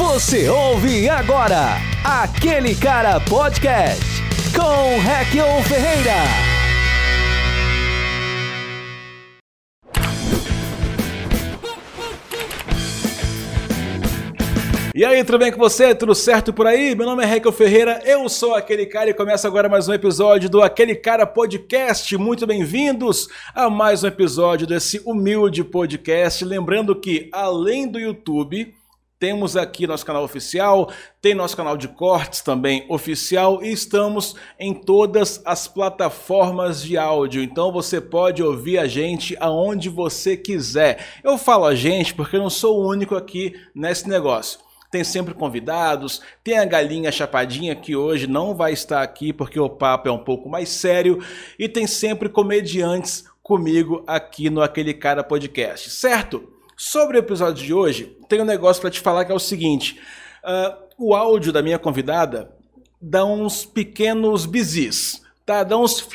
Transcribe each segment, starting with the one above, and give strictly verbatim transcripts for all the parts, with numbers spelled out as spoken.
Você ouve agora Aquele Cara Podcast com Raquel Ferreira. E aí, tudo bem com você? Tudo certo por aí? Meu nome é Raquel Ferreira, eu sou Aquele Cara e começa agora mais um episódio do Aquele Cara Podcast. Muito bem-vindos a mais um episódio desse humilde podcast. Lembrando que, além do YouTube, temos aqui nosso canal oficial, tem nosso canal de cortes também oficial e estamos em todas as plataformas de áudio. Então você pode ouvir a gente aonde você quiser. Eu falo a gente porque eu não sou o único aqui nesse negócio. Tem sempre convidados, tem a Galinha Chapadinha que hoje não vai estar aqui porque o papo é um pouco mais sério e tem sempre comediantes comigo aqui no Aquele Cara Podcast, certo? Sobre o episódio de hoje, tem um negócio para te falar que é o seguinte, uh, o áudio da minha convidada dá uns pequenos bizis, tá? Dá uns...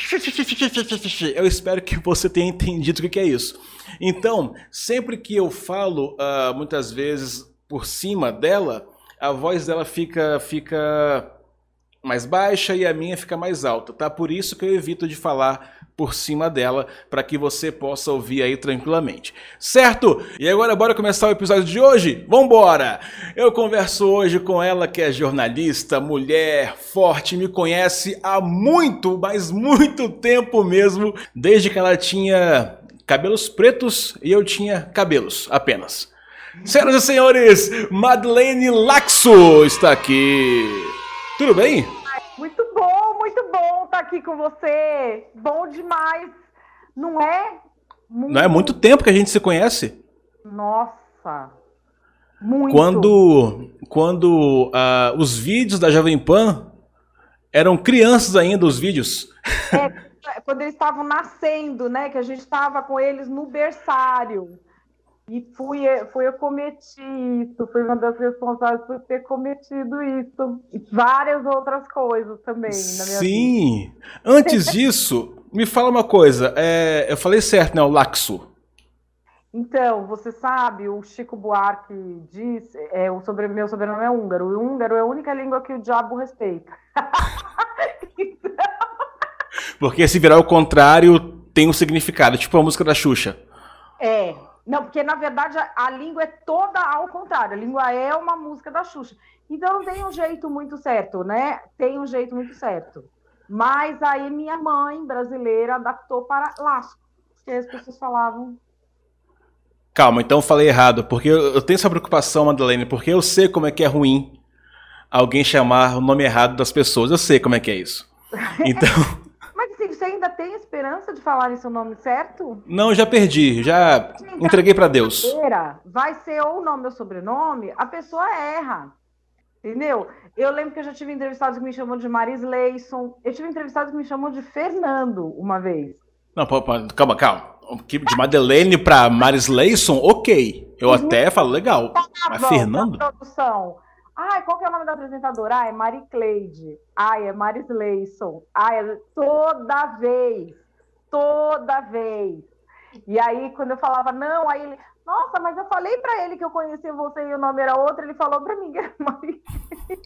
Eu espero que você tenha entendido o que é isso. Então, sempre que eu falo, uh, muitas vezes... por cima dela, a voz dela fica, fica mais baixa e a minha fica mais alta, tá? Por isso que eu evito de falar por cima dela, para que você possa ouvir aí tranquilamente. Certo? E agora bora começar o episódio de hoje? Vambora! Eu converso hoje com ela que é jornalista, mulher, forte, me conhece há muito, mas muito tempo mesmo, desde que ela tinha cabelos pretos e eu tinha cabelos apenas. Senhoras e senhores, Madeleine Laxo está aqui. Tudo bem? Muito bom, muito bom estar aqui com você. Bom demais, não é? Muito... Não é muito tempo que a gente se conhece? Nossa, muito. Quando, quando uh, os vídeos da Jovem Pan eram crianças ainda, os vídeos. É, quando eles estavam nascendo, né? Que a gente estava com eles no berçário. E fui, fui eu cometi isso, fui uma das responsáveis por ter cometido isso. E várias outras coisas também na minha Sim. vida. Sim. Antes disso, me fala uma coisa. É, eu falei certo, né? O Laxo. Então, você sabe, o Chico Buarque diz, é, o sobre, meu sobrenome é húngaro. O húngaro é a única língua que o diabo respeita. Então... Porque se virar o contrário, tem um significado. Tipo a música da Xuxa. É. Não, porque na verdade a, a língua é toda ao contrário. A língua é uma música da Xuxa. Então não tem um jeito muito certo, né? Tem um jeito muito certo. Mas aí minha mãe brasileira adaptou para Lasco, porque as pessoas falavam. Calma, então eu falei errado, porque eu, eu tenho essa preocupação, Madeleine, porque eu sei como é que é ruim alguém chamar o nome errado das pessoas. Eu sei como é que é isso. Então... Mas assim, você ainda tem esperança de falar seu nome certo? Não, já perdi, já entreguei para Deus. Vai ser ou o nome ou sobrenome, a pessoa erra, entendeu? Eu lembro que eu já tive entrevistados que me chamam de Maris Leison, eu tive entrevistados que me chamam de Fernando uma vez. Não, calma, calma. De Madeleine para Maris Leison, ok. Eu uhum. até falo legal. Tá, mas Fernando? Produção. Ai, qual que é o nome da apresentadora? Ai, é Mari Cleide. Ai, é Maris Leison. Ai, é... toda vez. Toda vez. E aí, quando eu falava, não, aí ele... Nossa, mas eu falei pra ele que eu conhecia você e o nome era outro, ele falou pra mim que era Mari Cleide.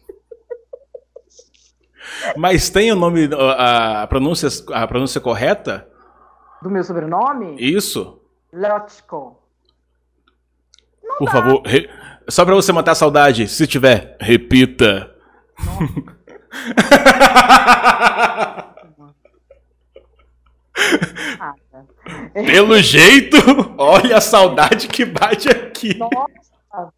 Mas tem o nome, a pronúncia, a pronúncia correta? Do meu sobrenome? Isso. Lotko. Não Por dá. favor, re... só pra você matar a saudade, se tiver, repita. Pelo jeito, olha a saudade que bate aqui. Nossa.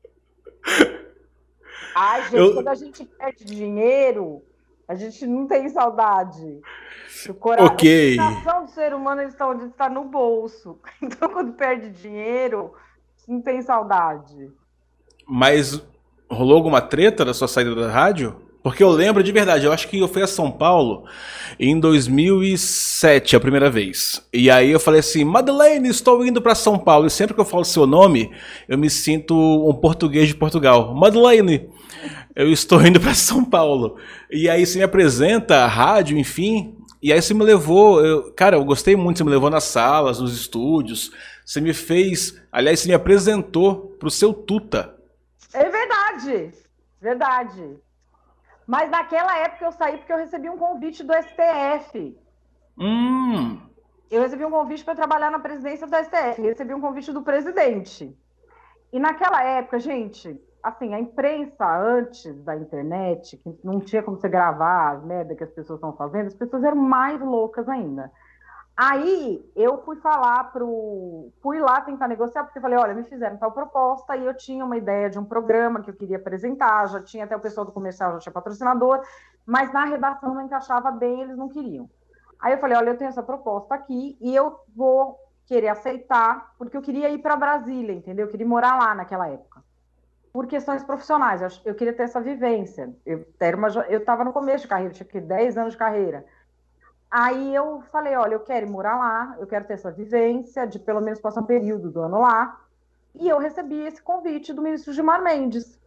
Ai, gente, Eu... quando a gente perde dinheiro, a gente não tem saudade. O coração, ok. O coração do ser humano está onde está no bolso. Então, quando perde dinheiro, não tem saudade. Mas rolou alguma treta da sua saída da rádio? Porque eu lembro de verdade, eu acho que eu fui a São Paulo em dois mil e sete, a primeira vez. E aí eu falei assim, Madeleine, estou indo para São Paulo. E sempre que eu falo seu nome, eu me sinto um português de Portugal. Madeleine, eu estou indo para São Paulo. E aí você me apresenta a rádio, enfim... E aí você me levou, eu, cara, eu gostei muito, você me levou nas salas, nos estúdios, você me fez, aliás, você me apresentou pro seu Tuta. É verdade, verdade, verdade. Mas naquela época eu saí porque eu recebi um convite do S T F. Hum. Eu recebi um convite para trabalhar na presidência do S T F. Eu recebi um convite do presidente. E naquela época, gente, assim, a imprensa antes da internet, que não tinha como você gravar as merda que as pessoas estão fazendo, as pessoas eram mais loucas ainda. Aí eu fui falar pro... Fui lá tentar negociar, porque eu falei, olha, me fizeram tal proposta e eu tinha uma ideia de um programa que eu queria apresentar, já tinha até o pessoal do comercial, já tinha patrocinador, mas na redação não encaixava bem, eles não queriam. Aí eu falei, olha, eu tenho essa proposta aqui e eu vou querer aceitar, porque eu queria ir para Brasília, entendeu? Eu queria morar lá naquela época. Por questões profissionais, eu, eu queria ter essa vivência. Eu estava no começo de carreira, tinha que dez anos de carreira. Aí eu falei, olha, eu quero ir morar lá, eu quero ter essa vivência de pelo menos passar um período do ano lá. E eu recebi esse convite do ministro Gilmar Mendes.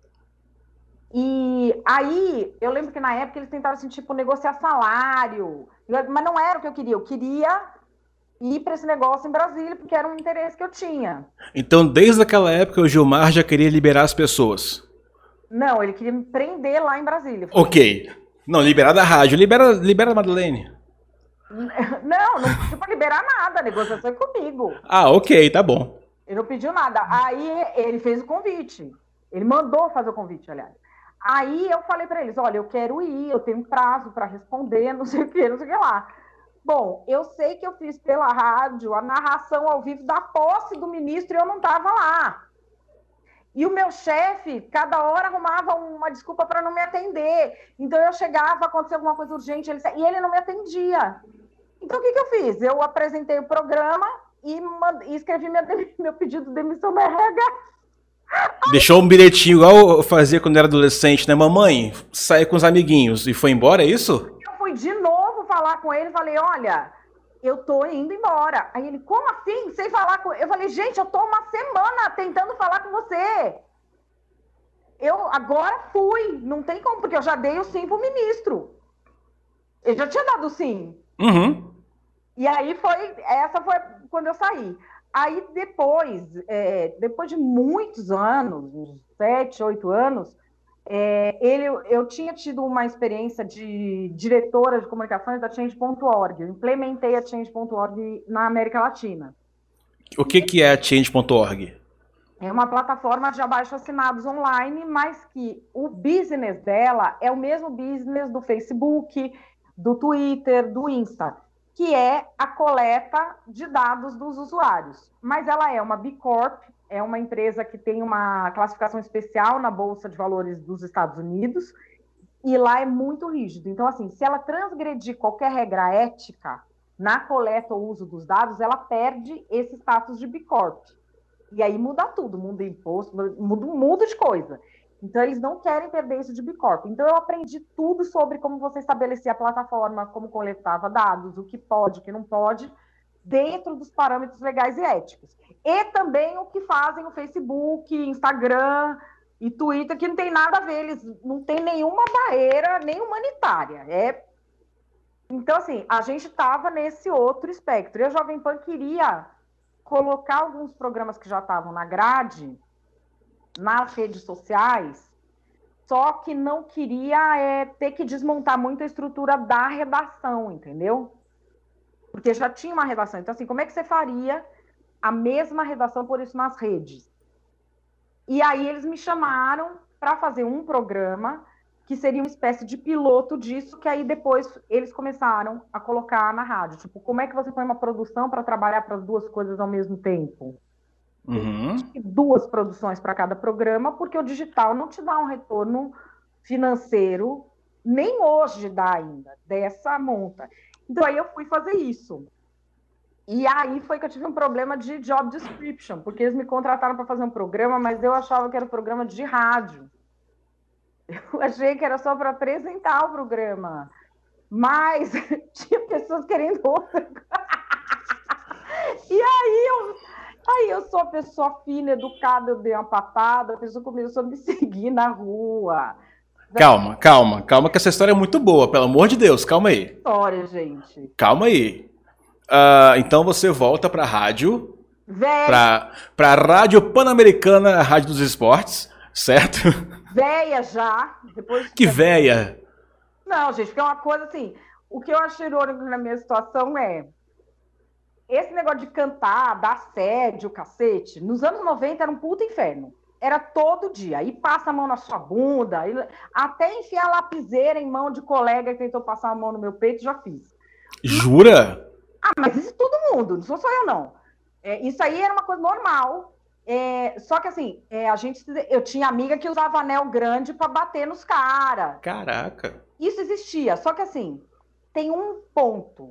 E aí, eu lembro que na época eles tentaram, assim, tipo, negociar salário, mas não era o que eu queria. Eu queria ir para esse negócio em Brasília, porque era um interesse que eu tinha. Então, desde aquela época, o Gilmar já queria liberar as pessoas? Não, ele queria me prender lá em Brasília. Ok. Não, liberar da rádio. Libera, libera a Madeleine. Não, não pediu para liberar nada, a negociação é comigo. Ah, ok, tá bom. Ele não pediu nada. Aí ele fez o convite. Ele mandou fazer o convite, aliás. Aí eu falei para eles, olha, eu quero ir, eu tenho prazo para responder, não sei o que, não sei o que lá. Bom, eu sei que eu fiz pela rádio a narração ao vivo da posse do ministro e eu não estava lá. E o meu chefe, cada hora arrumava uma desculpa para não me atender. Então eu chegava, acontecia alguma coisa urgente, ele... e ele não me atendia. Então o que, que eu fiz? Eu apresentei o programa e, mand... e escrevi minha... meu pedido de demissão no R H. Deixou um bilhetinho igual eu fazia quando era adolescente, né? Mamãe, saí com os amiguinhos e foi embora, é isso? Eu fui de novo falar com ele, falei, olha, eu tô indo embora. Aí ele, como assim? Sem falar com... Eu falei, gente, eu tô uma semana tentando falar com você. Eu agora fui, não tem como, porque eu já dei o sim pro ministro. Eu já tinha dado o sim. Uhum. E aí foi, essa foi quando eu saí. Aí depois, é, depois de muitos anos, uns sete, oito anos, é, ele, eu tinha tido uma experiência de diretora de comunicações da Change ponto org. Eu implementei a Change ponto org na América Latina. O que, que é a Change ponto org? É uma plataforma de abaixo-assinados online, mas que o business dela é o mesmo business do Facebook, do Twitter, do Insta, que é a coleta de dados dos usuários. Mas ela é uma B Corp, é uma empresa que tem uma classificação especial na Bolsa de Valores dos Estados Unidos, e lá é muito rígido. Então, assim, se ela transgredir qualquer regra ética na coleta ou uso dos dados, ela perde esse status de B Corp. E aí muda tudo, muda imposto, muda um mundo de coisa. Então, eles não querem perder isso de B Corp. Então, eu aprendi tudo sobre como você estabelecia a plataforma, como coletava dados, o que pode, o que não pode, dentro dos parâmetros legais e éticos. E também o que fazem o Facebook, Instagram e Twitter, que não tem nada a ver, eles não tem nenhuma barreira, nem humanitária. É... Então, assim, a gente estava nesse outro espectro. E a Jovem Pan queria colocar alguns programas que já estavam na grade, nas redes sociais, só que não queria é, ter que desmontar muito a estrutura da redação, entendeu? Porque já tinha uma redação. Então, assim, como é que você faria a mesma redação por isso nas redes? E aí eles me chamaram para fazer um programa que seria uma espécie de piloto disso, que aí depois eles começaram a colocar na rádio. Tipo, como é que você põe uma produção para trabalhar para as duas coisas ao mesmo tempo? Uhum. Duas produções para cada programa, porque o digital não te dá um retorno financeiro, nem hoje dá ainda, dessa monta. Então, aí eu fui fazer isso. E aí foi que eu tive um problema de job description, porque eles me contrataram para fazer um programa, mas eu achava que era um programa de rádio. Eu achei que era só para apresentar o programa. Mas tinha pessoas querendo outra. E aí eu, aí eu sou uma pessoa fina, educada, eu dei uma patada, a pessoa começou a me seguir na rua. Calma, calma, calma, que essa história é muito boa, pelo amor de Deus, calma aí. História, gente. Calma aí. Uh, então você volta pra rádio, Velho. pra, pra Rádio Pan-Americana, a Rádio dos Esportes, Certo? Véia já. Depois Que véia! Não, gente, porque é uma coisa assim. O que eu acho irônico na minha situação é esse negócio de cantar, dar assédio, cacete. Nos anos noventa era um puta inferno. Era todo dia. E passa a mão na sua bunda. E... até enfiar lapiseira em mão de colega que tentou passar a mão no meu peito, já fiz. Jura? Ah, mas isso todo mundo, não sou só eu, não. É, isso aí era uma coisa normal. É, só que assim, é, a gente, eu tinha amiga que usava anel grande para bater nos caras. Caraca. Isso existia. Só que assim, tem um ponto.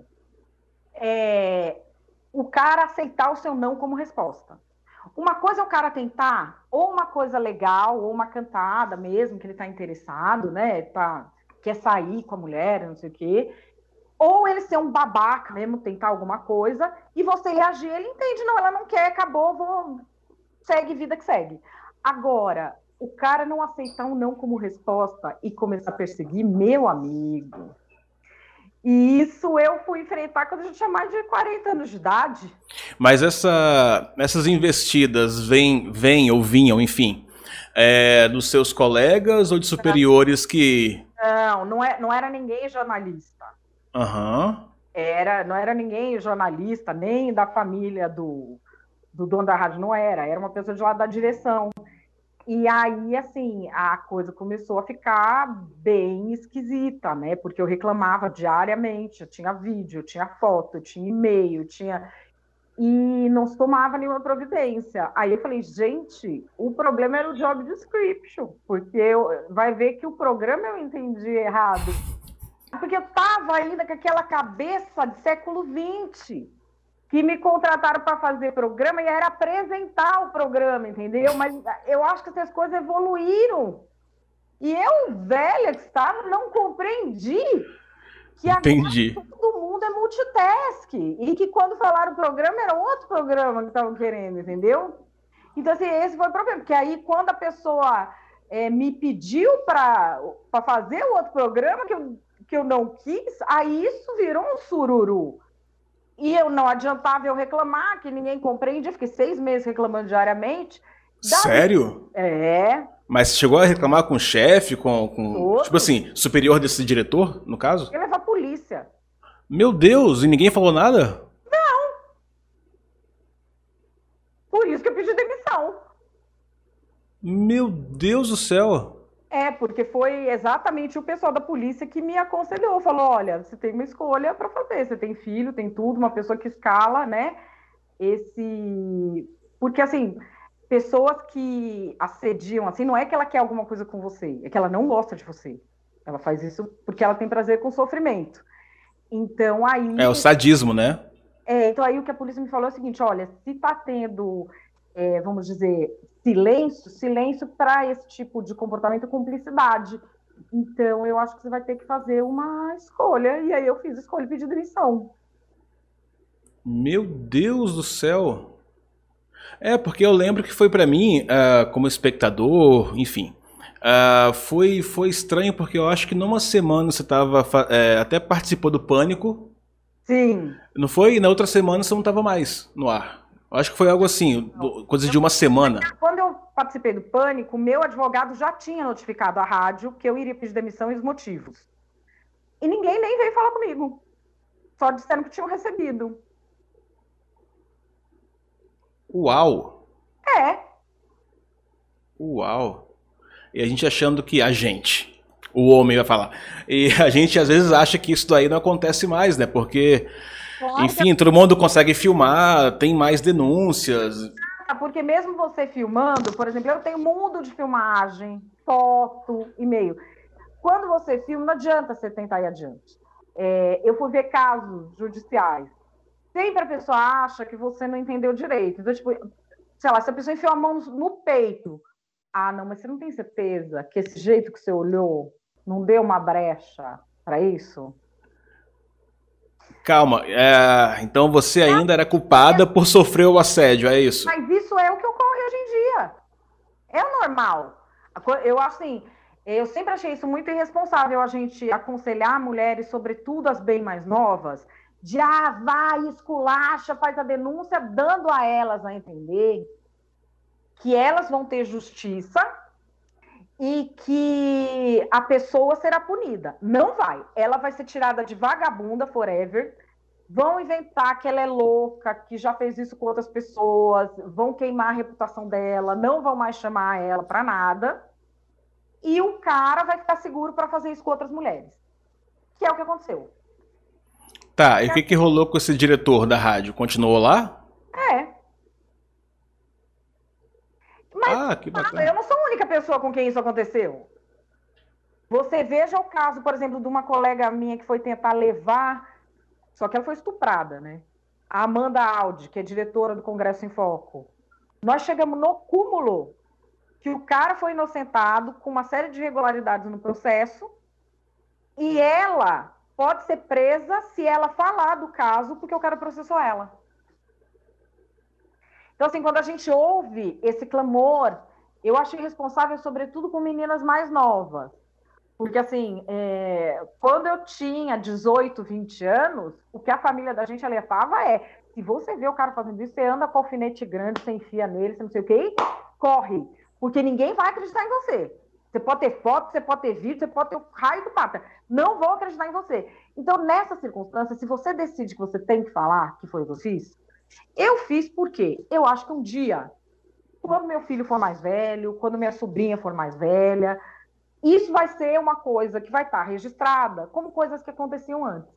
É, o cara aceitar o seu não como resposta. Uma coisa é o cara tentar, ou uma coisa legal, ou uma cantada mesmo, que ele tá interessado, né? Tá, quer sair com a mulher, não sei o quê. Ou ele ser um babaca mesmo, tentar alguma coisa, e você reagir, ele entende, não, ela não quer, acabou, vou... segue vida que segue. Agora, o cara não aceitar um não como resposta e começar a perseguir, meu amigo. E isso eu fui enfrentar quando eu já tinha mais de quarenta anos de idade. Mas essa, essas investidas vêm, vêm ou vinham, enfim, é, dos seus colegas ou de superiores que... Não, não, é, não era ninguém jornalista. Aham. Uhum. Era, não era ninguém jornalista, nem da família do, do dono da rádio, não era. Era uma pessoa de lá da direção. E aí, assim, a coisa começou a ficar bem esquisita, né? Porque eu reclamava diariamente, eu tinha vídeo, eu tinha foto, eu tinha e-mail, eu tinha... e não se tomava nenhuma providência. Aí eu falei, gente, o problema era o job description, porque eu... vai ver que o programa eu entendi errado. Porque eu estava ainda com aquela cabeça de século vinte, que me contrataram para fazer programa e era apresentar o programa, entendeu? Mas eu acho que essas coisas evoluíram. E eu, velha que estava, não compreendi que Entendi. agora todo mundo é multitask. E que quando falaram o programa, era outro programa que estavam querendo, entendeu? Então, assim, esse foi o problema. Porque aí, quando a pessoa é, me pediu para fazer o outro programa, que eu, que eu não quis, aí isso virou um sururu. E eu não adiantava eu reclamar, que ninguém compreende. Eu fiquei seis meses reclamando diariamente. Sério? É. Mas chegou a reclamar com o chefe, com, com tipo assim, superior desse diretor, no caso? Ele levou a polícia. Meu Deus, e ninguém falou nada? Não. Por isso que eu pedi demissão. Meu Deus do céu. É, porque foi exatamente o pessoal da polícia que me aconselhou. Falou, olha, você tem uma escolha para fazer. Você tem filho, tem tudo, uma pessoa que escala, né? Esse... Porque, assim, pessoas que assediam, assim, não é que ela quer alguma coisa com você, é que ela não gosta de você. Ela faz isso porque ela tem prazer com o sofrimento. Então, aí... É o sadismo, né? É, então, aí o que a polícia me falou é o seguinte, olha, se tá tendo, é, vamos dizer... silêncio, silêncio para esse tipo de comportamento e cumplicidade. Então, eu acho que você vai ter que fazer uma escolha. E aí eu fiz a escolha e pedi demissão. Meu Deus do céu. É, porque eu lembro que foi para mim, uh, como espectador, enfim, uh, foi, foi estranho porque eu acho que numa semana você tava, uh, até participou do Pânico. Sim. Não foi? E na outra semana você não estava mais no ar. Eu acho que foi algo assim, coisa de uma semana. Quando eu participei do Pânico, meu advogado já tinha notificado a rádio que eu iria pedir demissão e os motivos. E ninguém nem veio falar comigo. Só disseram que tinham recebido. Uau! É. Uau! E a gente achando que a gente, o homem vai falar. E a gente às vezes acha que isso daí não acontece mais, né? Porque... enfim, todo mundo consegue filmar, tem mais denúncias. Porque mesmo você filmando, por exemplo, eu tenho mundo de filmagem, foto, e-mail. Quando você filma, não adianta você tentar ir adiante. É, eu fui ver casos judiciais. Sempre a pessoa acha que você não entendeu direito. Então, tipo, sei lá, se a pessoa enfiou a mão no peito, ah, não, mas você não tem certeza que esse jeito que você olhou não deu uma brecha para isso? Calma, é, então você ainda era culpada por sofrer o assédio, é isso? Mas isso é o que ocorre hoje em dia. É o normal. Eu assim, eu sempre achei isso muito irresponsável, a gente aconselhar mulheres, sobretudo as bem mais novas, de ah, vai, esculacha, faz a denúncia, dando a elas a entender que elas vão ter justiça e que a pessoa será punida. Não vai. Ela vai ser tirada de vagabunda forever. Vão inventar que ela é louca, que já fez isso com outras pessoas, vão queimar a reputação dela, não vão mais chamar ela para nada. E o cara vai ficar seguro para fazer isso com outras mulheres. Que é o que aconteceu. Tá, e o que, que rolou com esse diretor da rádio? Continuou lá? É. Mas ah, que bacana. eu não sou a única pessoa com quem isso aconteceu. Você veja o caso, por exemplo, de uma colega minha que foi tentar levar... Só que ela foi estuprada, né? A Amanda Audi, que é diretora do Congresso em Foco. Nós chegamos no cúmulo que o cara foi inocentado com uma série de irregularidades no processo e ela pode ser presa se ela falar do caso porque o cara processou ela. Então, assim, quando a gente ouve esse clamor, eu acho irresponsável, sobretudo com meninas mais novas. Porque, assim, é, quando eu tinha dezoito, vinte anos, o que a família da gente alertava é, se você vê o cara fazendo isso, você anda com alfinete grande, você enfia nele, você não sei o quê, corre. Porque ninguém vai acreditar em você. Você pode ter foto, você pode ter vídeo, você pode ter o raio do pata. Não vão acreditar em você. Então, nessa circunstância, se você decide que você tem que falar, que foi o que eu fiz, eu fiz por quê? Eu acho que um dia, quando meu filho for mais velho, quando minha sobrinha for mais velha... Isso vai ser uma coisa que vai estar registrada como coisas que aconteciam antes.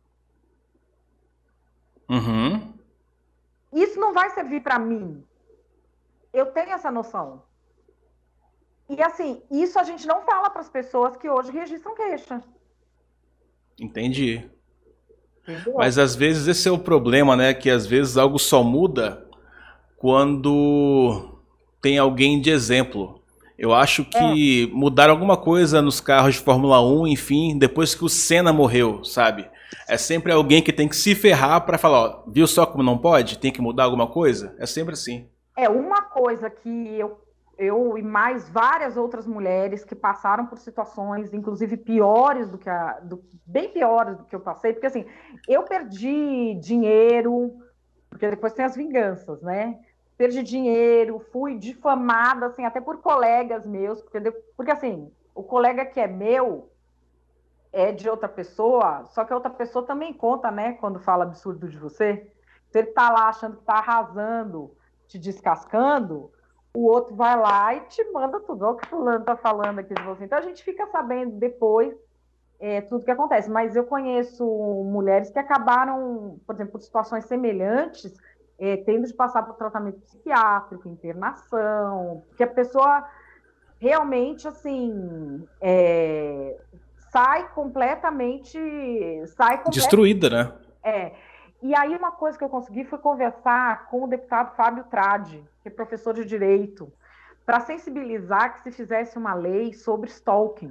Uhum. Isso não vai servir para mim. Eu tenho essa noção. E assim, isso a gente não fala para as pessoas que hoje registram queixa. Entendi. Entendeu? Mas às vezes esse é o problema, né? Que às vezes algo só muda quando tem alguém de exemplo. Eu acho que é. mudaram alguma coisa nos carros de Fórmula um, enfim, depois que o Senna morreu, sabe? É sempre alguém que tem que se ferrar pra falar, ó, viu só como não pode? Tem que mudar alguma coisa? É sempre assim. É, uma coisa que eu, eu e mais várias outras mulheres que passaram por situações, inclusive piores do que a... Do, bem piores do que eu passei, porque assim, eu perdi dinheiro, porque depois tem as vinganças, né? Perdi dinheiro, fui difamada, assim, até por colegas meus, porque, porque, assim, o colega que é meu é de outra pessoa, só que a outra pessoa também conta, né, quando fala absurdo de você. Se ele tá lá achando que tá arrasando, te descascando, o outro vai lá e te manda tudo. Olha o que o fulano tá falando aqui de você. Então, a gente fica sabendo depois é, tudo que acontece. Mas eu conheço mulheres que acabaram, por exemplo, por situações semelhantes, É, tendo de passar por tratamento psiquiátrico, internação, que a pessoa realmente, assim, é, sai completamente... Sai completamente, destruída, né? É. E aí uma coisa que eu consegui foi conversar com o deputado Fábio Tradi, que é professor de Direito, para sensibilizar que se fizesse uma lei sobre stalking.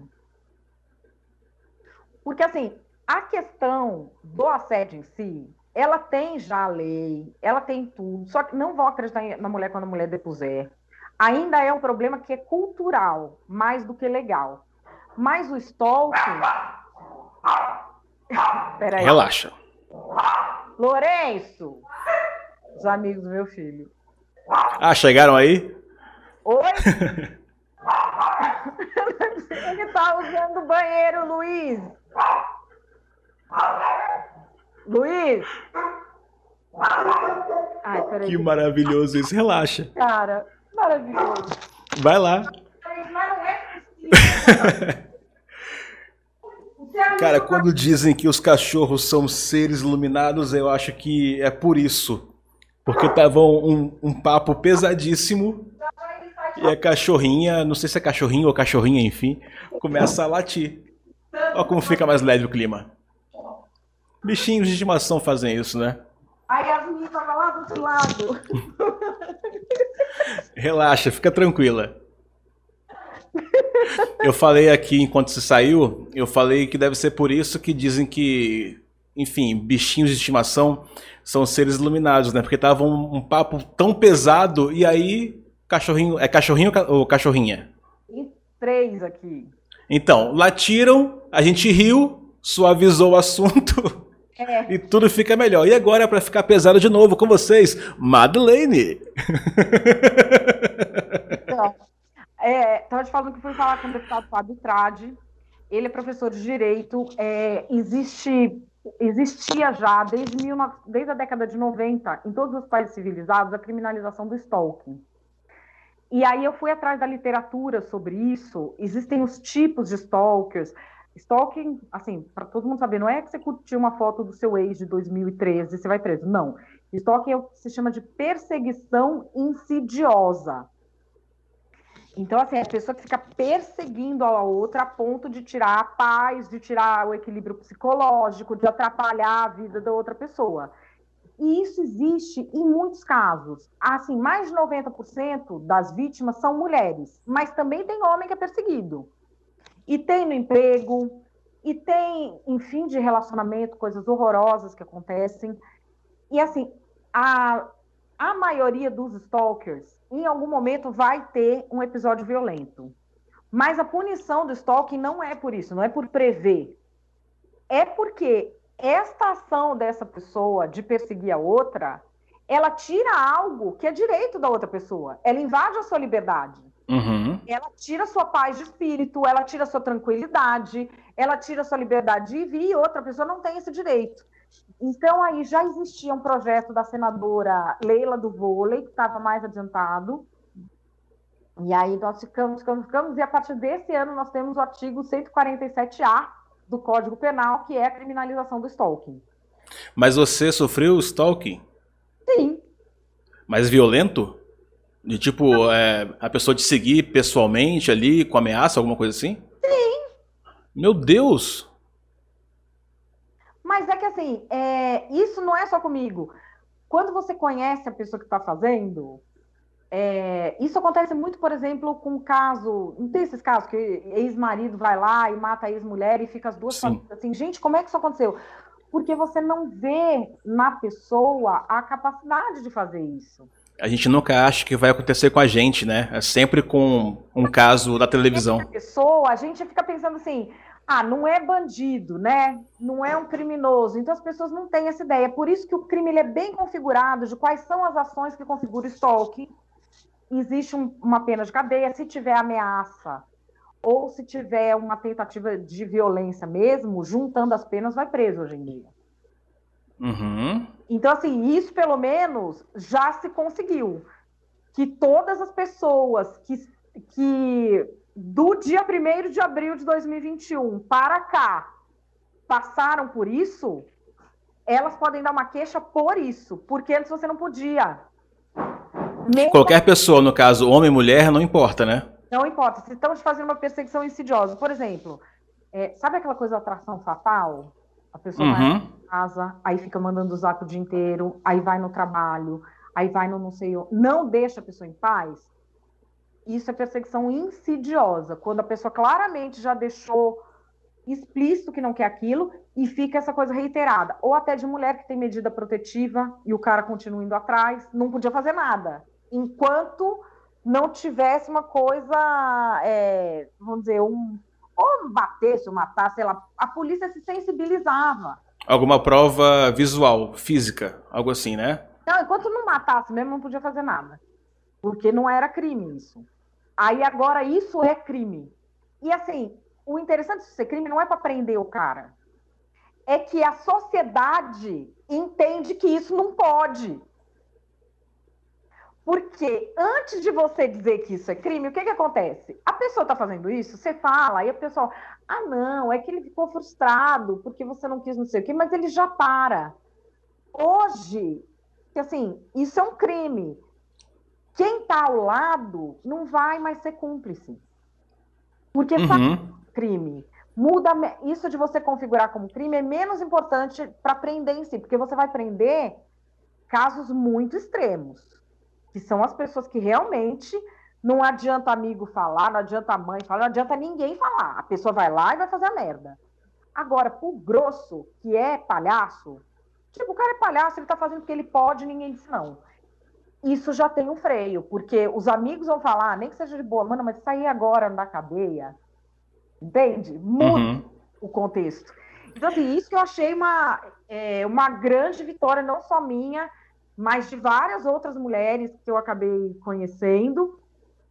Porque, assim, a questão do assédio em si... Ela tem já a lei, ela tem tudo, só que não vão acreditar na mulher quando a mulher depuser. Ainda é um problema que é cultural, mais do que legal. Mas o stalking... Peraí. Relaxa. Lourenço! Os amigos do meu filho. Ah, chegaram aí? Oi? Ele tá usando o banheiro, Luiz. Luiz! Ai, peraí. Que maravilhoso isso, relaxa. Cara, maravilhoso. Vai lá. Mas não é possível. Cara, quando dizem que os cachorros são seres iluminados, eu acho que é por isso. Porque tava um, um papo pesadíssimo e a cachorrinha, não sei se é cachorrinho ou cachorrinha, enfim, começa a latir. Olha como fica mais leve o clima. Bichinhos de estimação fazem isso, né? A Yasmin estava lá do outro lado. Relaxa, fica tranquila. Eu falei aqui enquanto você saiu, eu falei que deve ser por isso que dizem que, enfim, bichinhos de estimação são seres iluminados, né? Porque tava um, um papo tão pesado e aí, cachorrinho, é cachorrinho ou cachorrinha? Tem três aqui. Então, latiram, a gente riu, suavizou o assunto. É. E tudo fica melhor. E agora, para ficar pesado de novo com vocês, Madeleine. Então, É, estava te falando que fui falar com o deputado Fábio Tradi. Ele é professor de Direito. É, existe, existia já, desde, mil, desde a década de noventa, em todos os países civilizados, a criminalização do stalking. E aí eu fui atrás da literatura sobre isso. Existem os tipos de stalkers. Stalking, assim, para todo mundo saber, não é que você curtiu uma foto do seu ex de dois mil e treze e você vai preso. Não. Stalking é o que se chama de perseguição insidiosa. Então, assim, é a pessoa que fica perseguindo a outra a ponto de tirar a paz, de tirar o equilíbrio psicológico, de atrapalhar a vida da outra pessoa. E isso existe em muitos casos. Assim, mais de noventa por cento das vítimas são mulheres, mas também tem homem que é perseguido. E tem no emprego, e tem em fim de relacionamento, coisas horrorosas que acontecem. E, assim, a, a maioria dos stalkers, em algum momento, vai ter um episódio violento. Mas a punição do stalking não é por isso, não é por prever. É porque esta ação dessa pessoa de perseguir a outra, ela tira algo que é direito da outra pessoa. Ela invade a sua liberdade. Uhum. Ela tira a sua paz de espírito, ela tira a sua tranquilidade, ela tira a sua liberdade de vir e outra pessoa não tem esse direito. Então, aí já existia um projeto da senadora Leila do Vôlei, que estava mais adiantado. E aí nós ficamos, ficamos, ficamos, e a partir desse ano nós temos o artigo cento e quarenta e sete A do Código Penal, que é a criminalização do stalking. Mas você sofreu stalking? Sim. Mas violento? De tipo, é, a pessoa te seguir pessoalmente ali, com ameaça, alguma coisa assim? Sim. Meu Deus! Mas é que assim, é, isso não é só comigo. Quando você conhece a pessoa que está fazendo, é, isso acontece muito, por exemplo, com um caso, não tem esses casos que ex-marido vai lá e mata a ex-mulher e fica as duas famílias assim, gente, como é que isso aconteceu? Porque você não vê na pessoa a capacidade de fazer isso. A gente nunca acha que vai acontecer com a gente, né? É sempre com um caso da televisão. A pessoa, a gente fica pensando assim, ah, não é bandido, né? Não é um criminoso. Então as pessoas não têm essa ideia. Por isso que o crime ele é bem configurado de quais são as ações que configuram o stalking. Existe um, uma pena de cadeia se tiver ameaça ou se tiver uma tentativa de violência mesmo, juntando as penas, vai preso hoje em dia. Uhum. Então, assim, isso pelo menos já se conseguiu. Que todas as pessoas que, que do dia primeiro de abril de dois mil e vinte e um para cá passaram por isso, elas podem dar uma queixa por isso, porque antes você não podia. Nem Qualquer pessoa, no caso, homem, mulher, não importa, né? Não importa. Se estamos fazendo uma perseguição insidiosa, por exemplo, é, sabe aquela coisa da atração fatal? A pessoa uhum. vai pra casa, aí fica mandando o zap o dia inteiro, aí vai no trabalho, aí vai no não sei onde. Não deixa a pessoa em paz. Isso é perseguição insidiosa, quando a pessoa claramente já deixou explícito que não quer aquilo e fica essa coisa reiterada. Ou até de mulher que tem medida protetiva e o cara continua indo atrás, não podia fazer nada. Enquanto não tivesse uma coisa, é, vamos dizer, um, ou batesse ou matasse, sei lá, a polícia se sensibilizava. Alguma prova visual, física, algo assim, né? Não, enquanto não matasse mesmo, não podia fazer nada. Porque não era crime isso. Aí agora isso é crime. E assim, o interessante de ser crime não é para prender o cara. É que a sociedade entende que isso não pode. Porque antes de você dizer que isso é crime, o que que acontece? A pessoa está fazendo isso, você fala, e a pessoa, ah, não, é que ele ficou frustrado porque você não quis não sei o quê, mas ele já para. Hoje, que assim, isso é um crime. Quem está ao lado não vai mais ser cúmplice. Porque uhum. sabe crime. Muda, isso de você configurar como crime é menos importante para prender em si, porque você vai prender casos muito extremos. Que são as pessoas que realmente não adianta amigo falar, não adianta a mãe falar, não adianta ninguém falar. A pessoa vai lá e vai fazer a merda. Agora, pro grosso, que é palhaço, tipo, o cara é palhaço, ele tá fazendo o que ele pode, ninguém diz não. Isso já tem um freio, porque os amigos vão falar, nem que seja de boa, mano, mas sair agora na cadeia, entende? Muda uhum. o contexto. Então, assim, isso que eu achei uma, é, uma grande vitória, não só minha, mas de várias outras mulheres que eu acabei conhecendo,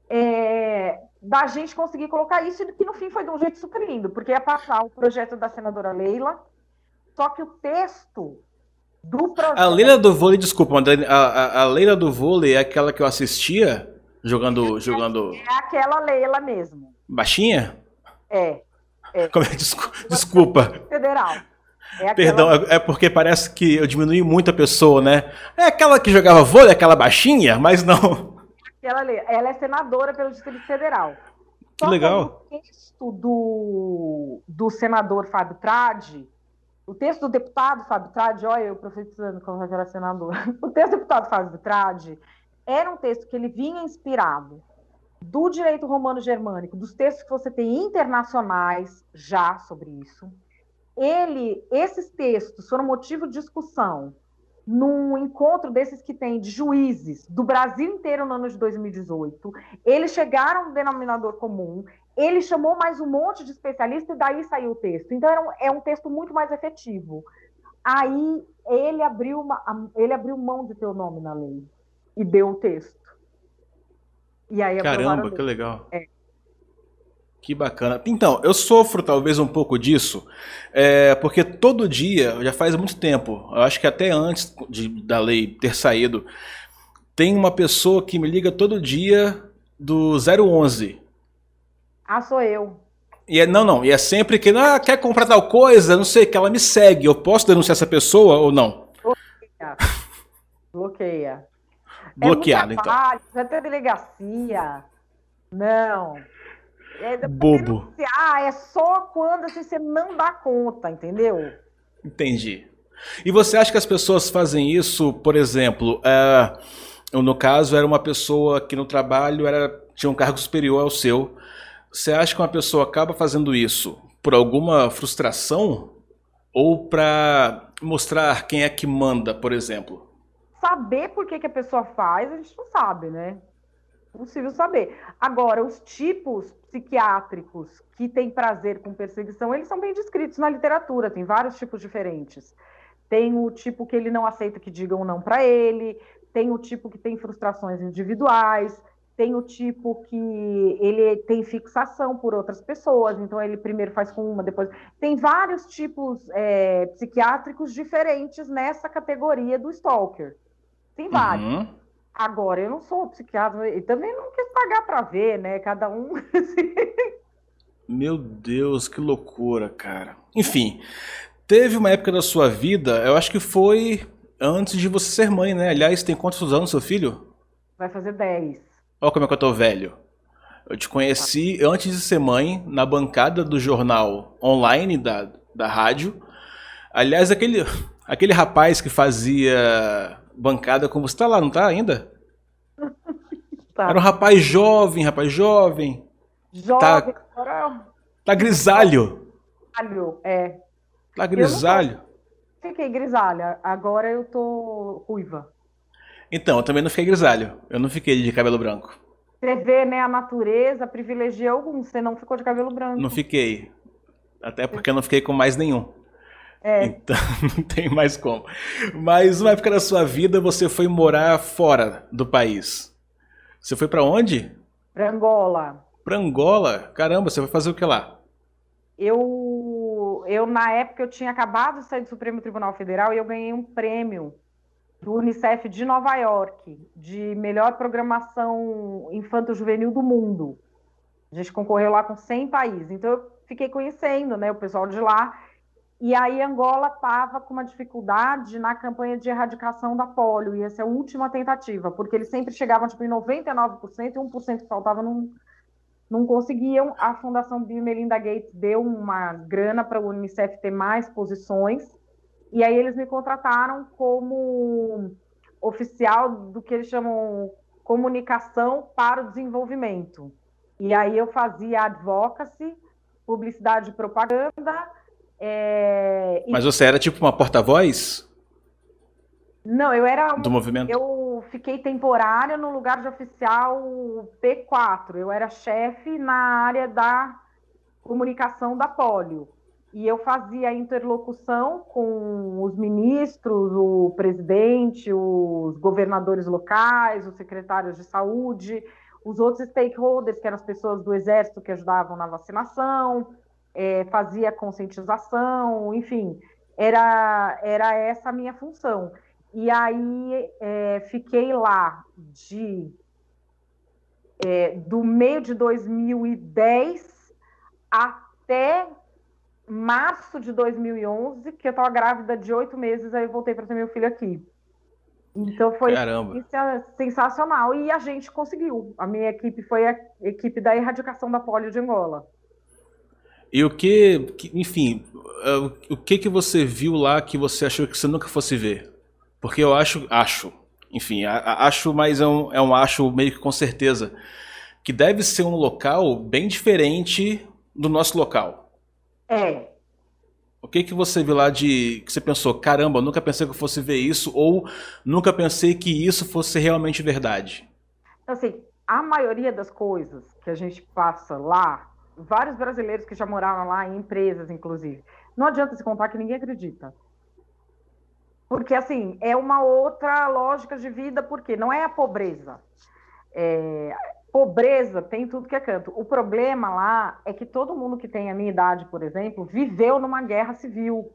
é, da gente conseguir colocar isso, e que no fim foi de um jeito super lindo, porque ia passar o projeto da senadora Leila, só que o texto do A projeto... Leila do vôlei, desculpa, André, a, a, a Leila do vôlei é aquela que eu assistia jogando, jogando É aquela Leila mesmo. baixinha? É. é. Como é? Desculpa. desculpa. Federal. É Perdão, é, é porque parece que eu diminui muito a pessoa, né? É aquela que jogava vôlei, aquela baixinha, mas não. Aquela Leila. Ela é senadora pelo Distrito Federal. Que Só legal. que o texto do, do senador Fábio Tradi, o texto do deputado Fábio Tradi, olha, eu profetizando como eu era senador, o texto do deputado Fábio Tradi era um texto que ele vinha inspirado do direito romano-germânico, dos textos que você tem internacionais já sobre isso. Ele, esses textos foram motivo de discussão num encontro desses que tem de juízes do Brasil inteiro no ano de dois mil e dezoito. Eles chegaram a um denominador comum, ele chamou mais um monte de especialistas e daí saiu o texto. Então era um, é um texto muito mais efetivo. Aí ele abriu, uma, ele abriu mão de ter o nome na lei e deu o texto. E aí Caramba, que legal. É. Que bacana. Então, eu sofro talvez um pouco disso, é, porque todo dia, já faz muito tempo, eu acho que até antes de, da lei ter saído, tem uma pessoa que me liga todo dia do zero onze. Ah, sou eu. E é, não, não, e é sempre que, ah, quer comprar tal coisa, não sei, que ela me segue. Eu posso denunciar essa pessoa ou não? Bloqueia. Bloqueia. Bloqueado, é então. Vai ter delegacia. Não. É, Bobo. Ah, é só quando assim, você não dá conta, entendeu? Entendi. E você acha que as pessoas fazem isso, por exemplo, é, no caso era uma pessoa que no trabalho era, tinha um cargo superior ao seu. Você acha que uma pessoa acaba fazendo isso por alguma frustração ou para mostrar quem é que manda, por exemplo? Saber por que, que a pessoa faz, a gente não sabe, né? Possível saber. Agora, os tipos psiquiátricos que têm prazer com perseguição, eles são bem descritos na literatura, tem vários tipos diferentes. Tem o tipo que ele não aceita que digam não para ele, tem o tipo que tem frustrações individuais, tem o tipo que ele tem fixação por outras pessoas, então ele primeiro faz com uma, depois... Tem vários tipos é, psiquiátricos diferentes nessa categoria do stalker. Tem vários. Uhum. Agora, eu não sou psiquiatra e também não quis pagar para ver, né? Cada um... Meu Deus, que loucura, cara. Enfim, teve uma época da sua vida, eu acho que foi antes de você ser mãe, né? Aliás, tem quantos anos seu filho? Vai fazer dez. Olha como é que eu tô velho. Eu te conheci ah. antes de ser mãe, na bancada do jornal online da, da rádio. Aliás, aquele, aquele rapaz que fazia bancada com você, tá lá, não tá ainda? Tá. Era um rapaz jovem, rapaz jovem. Jovem, tá, agora... tá grisalho. Grisalho, é. Tá grisalho. Eu fiquei grisalha, agora eu tô ruiva. Então, eu também não fiquei grisalho. Eu não fiquei de cabelo branco. Você vê, né, a natureza privilegia alguns, você não ficou de cabelo branco. Não fiquei. Até porque eu não fiquei com mais nenhum. É. Então, não tem mais como. Mas uma época da sua vida, você foi morar fora do país. Você foi pra onde? Pra Angola. Pra Angola? Caramba, você vai fazer o que lá? Eu, eu, na época, eu tinha acabado de sair do Supremo Tribunal Federal e eu ganhei um prêmio do Unicef de Nova York, de melhor programação infanto-juvenil do mundo. A gente concorreu lá com cem países. Então, eu fiquei conhecendo, né, o pessoal de lá. E aí, Angola estava com uma dificuldade na campanha de erradicação da polio. E essa é a última tentativa, porque eles sempre chegavam tipo, em noventa e nove por cento e um por cento que faltava não, não conseguiam. A Fundação Bill e Melinda Gates deu uma grana para o Unicef ter mais posições. E aí eles me contrataram como oficial do que eles chamam comunicação para o desenvolvimento. E aí eu fazia advocacy, publicidade e propaganda. É... Mas você era tipo uma porta-voz? Não, eu era... Do movimento? Eu fiquei temporária no lugar de oficial P quatro. Eu era chefe na área da comunicação da polio. E eu fazia a interlocução com os ministros, o presidente, os governadores locais, os secretários de saúde, os outros stakeholders, que eram as pessoas do exército que ajudavam na vacinação, é, fazia conscientização, enfim, era, era essa a minha função. E aí é, fiquei lá de é, do meio de dois mil e dez até março de dois mil e onze, que eu estava grávida de oito meses, aí eu voltei para ter meu filho aqui. Então foi Caramba. sensacional. E a gente conseguiu. A minha equipe foi a equipe da erradicação da polio de Angola. E o que, que enfim, uh, o que que você viu lá que você achou que você nunca fosse ver? Porque eu acho, acho, enfim, a, a, acho, mas é um, é um acho meio que com certeza, que deve ser um local bem diferente do nosso local. É. O que que você viu lá de que você pensou, caramba, eu nunca pensei que eu fosse ver isso, ou nunca pensei que isso fosse realmente verdade? Assim, a maioria das coisas que a gente passa lá, vários brasileiros que já moraram lá, em empresas, inclusive, não adianta se contar que ninguém acredita. Porque, assim, é uma outra lógica de vida, porque não é a pobreza. É, pobreza tem tudo que é canto. O problema lá é que todo mundo que tem a minha idade, por exemplo, viveu numa guerra civil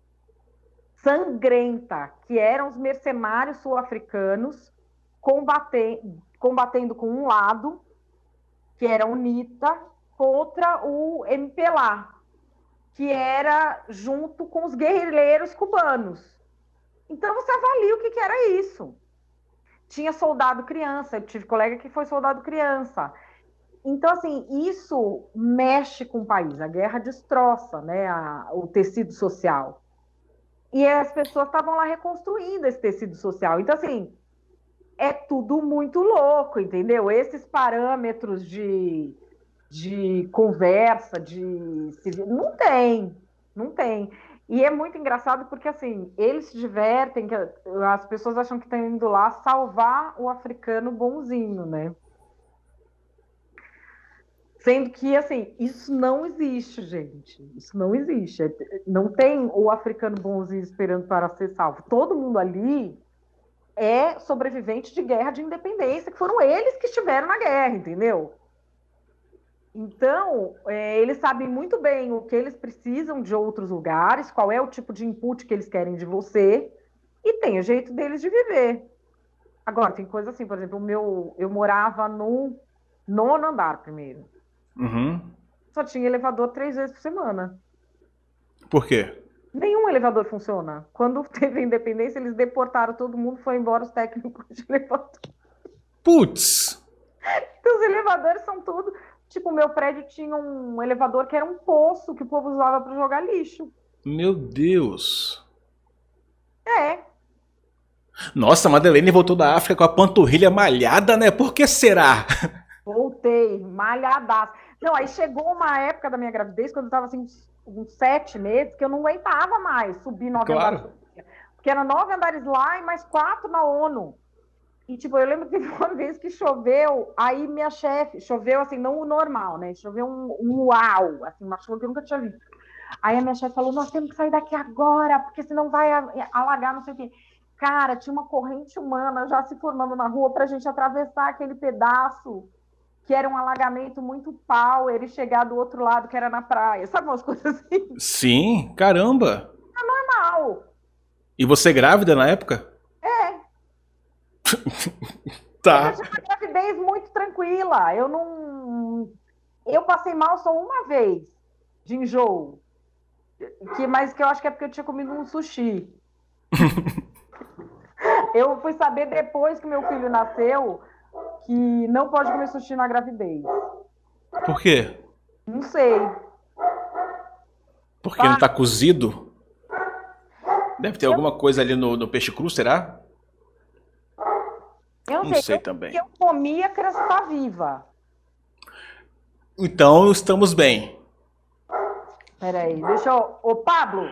sangrenta, que eram os mercenários sul-africanos combatendo, combatendo com um lado, que era a UNITA, contra o M P L A, que era junto com os guerrilheiros cubanos. Então você avalia o que, que era isso. Tinha soldado criança, eu tive colega que foi soldado criança. Então, assim, isso mexe com o país. A guerra destroça, né, a, o tecido social. E as pessoas estavam lá reconstruindo esse tecido social. Então, assim, é tudo muito louco, entendeu? Esses parâmetros de, de conversa, de não tem, não tem. E é muito engraçado porque, assim, eles se divertem, as pessoas acham que estão indo lá salvar o africano bonzinho, né? Sendo que, assim, isso não existe, gente. Isso não existe. Não tem o africano bonzinho esperando para ser salvo. Todo mundo ali é sobrevivente de guerra de independência, que foram eles que estiveram na guerra, entendeu? Então, é, eles sabem muito bem o que eles precisam de outros lugares, qual é o tipo de input que eles querem de você, e tem o jeito deles de viver. Agora, tem coisa assim, por exemplo, o meu, eu morava no nono andar primeiro. Uhum. Só tinha elevador três vezes por semana. Por quê? Nenhum elevador funciona. Quando teve a independência, eles deportaram todo mundo, foi embora os técnicos de elevador. Putz! Então, os elevadores são tudo... Tipo, o meu prédio tinha um elevador que era um poço que o povo usava para jogar lixo. Meu Deus! É. Nossa, a Madeleine voltou da África com a panturrilha malhada, né? Por que será? Voltei, malhadaço. Não, aí chegou uma época da minha gravidez, quando eu tava assim, uns, uns sete meses, que eu não aguentava mais subir nove Claro. andares. Porque eram nove andares lá e mais quatro na ONU. E, tipo, eu lembro que teve uma vez que choveu, aí minha chefe, choveu assim, não o normal, né? Choveu um, um uau, assim, uma chuva que eu nunca tinha visto. Aí a minha chefe falou, nós temos que sair daqui agora, porque senão vai alagar, não sei o quê. Cara, tinha uma corrente humana já se formando na rua pra gente atravessar aquele pedaço, que era um alagamento muito power, e chegar do outro lado, que era na praia. Sabe umas coisas assim? Sim, caramba! É normal. E você grávida na época? É. Tá. Eu tinha uma gravidez muito tranquila. Eu não... Eu passei mal só uma vez de enjoo. Que, mas que eu acho que é porque eu tinha comido um sushi. Eu fui saber depois que meu filho nasceu que não pode comer sushi na gravidez. Por quê? Não sei. Porque não tá cozido? Deve ter Eu- alguma coisa ali no, no peixe cru, será? Eu não, Não sei. sei eu, também. eu comi, a criança tá viva. Então estamos bem. Peraí, deixa eu... Ô, Pablo!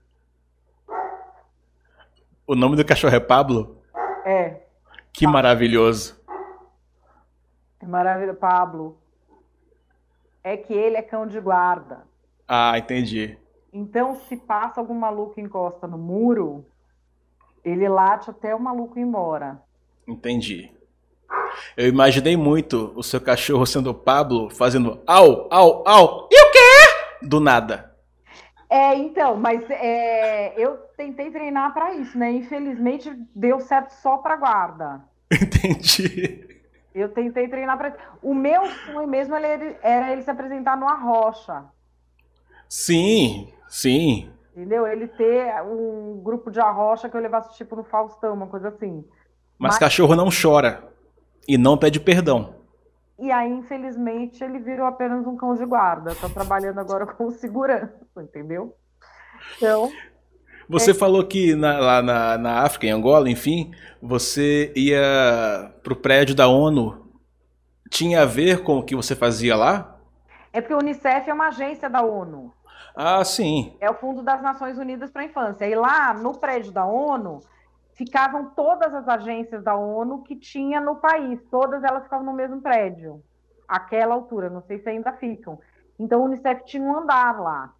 O nome do cachorro é Pablo? É, Que maravilhoso. é maravilhoso. Pablo. É que ele é cão de guarda. Ah, entendi. Então, se passa algum maluco e encosta no muro, ele late até o maluco ir embora. Entendi. Eu imaginei muito o seu cachorro sendo o Pablo, fazendo au, au, au, e o quê? Do nada. É, então, mas é, eu tentei treinar para isso, né? Infelizmente deu certo só para guarda. Entendi. Eu tentei treinar para isso. O meu sonho mesmo era, era ele se apresentar numa rocha. Sim, sim. Entendeu? Ele ter um grupo de arrocha que eu levasse tipo no Faustão, uma coisa assim. Mas, Mas cachorro não chora e não pede perdão. E aí, infelizmente, ele virou apenas um cão de guarda. Tá trabalhando agora com segurança, entendeu? Então. Você é... falou que na, lá na, na África, em Angola, enfim, você ia pro prédio da ONU. Tinha a ver com o que você fazia lá? É porque a Unicef é uma agência da ONU. Ah, sim. É o Fundo das Nações Unidas para a Infância. E lá, no prédio da ONU, ficavam todas as agências da ONU que tinha no país. Todas elas ficavam no mesmo prédio. Àquela altura, não sei se ainda ficam. Então, a Unicef tinha um andar lá.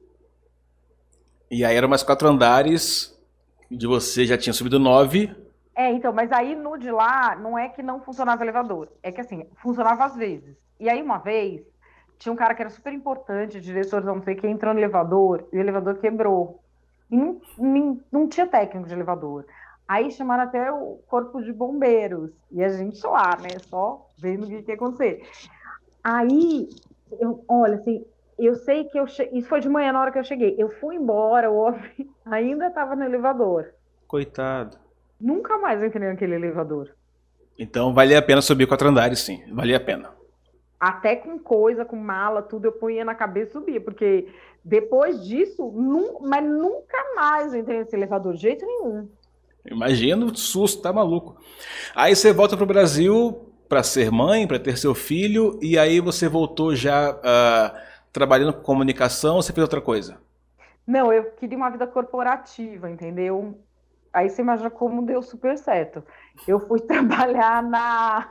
E aí eram mais quatro andares, de você já tinha subido nove. É, então, mas aí no de lá, não é que não funcionava o elevador. É que, assim, funcionava às vezes. E aí, uma vez, tinha um cara que era super importante, diretor não sei quem, entrou no elevador, e o elevador quebrou. E não, não, não tinha técnico de elevador. Aí chamaram até o corpo de bombeiros. E a gente lá, né? Só vendo o que ia acontecer. Aí, eu, olha, assim, eu sei que eu che... isso foi de manhã na hora que eu cheguei. Eu fui embora, o homem ainda estava no elevador. Coitado. Nunca mais entrei naquele elevador. Então valia a pena subir quatro andares, sim. Valia a pena. Até com coisa, com mala, tudo, eu punha na cabeça e subia, porque depois disso, num, mas nunca mais eu entrei nesse elevador, de jeito nenhum. Imagina o susto, tá maluco. Aí você volta pro Brasil para ser mãe, para ter seu filho, e aí você voltou já uh, trabalhando com comunicação, ou você fez outra coisa? Não, eu queria uma vida corporativa, entendeu? Aí você imagina como deu super certo. Eu fui trabalhar na...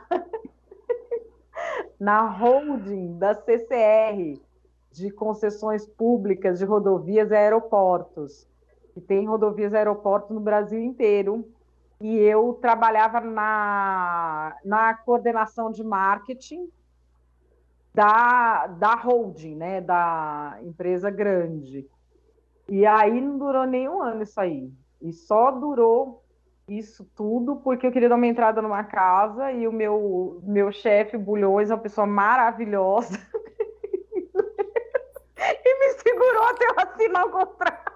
na holding da C C R, de concessões públicas de rodovias e aeroportos, que tem rodovias e aeroportos no Brasil inteiro, e eu trabalhava na, na coordenação de marketing da, da holding, né, da empresa grande. E aí não durou nem um ano isso aí, e só durou isso tudo porque eu queria dar uma entrada numa casa e o meu, meu chefe, Bulhões, é uma pessoa maravilhosa, e me segurou até eu assinar o contrato.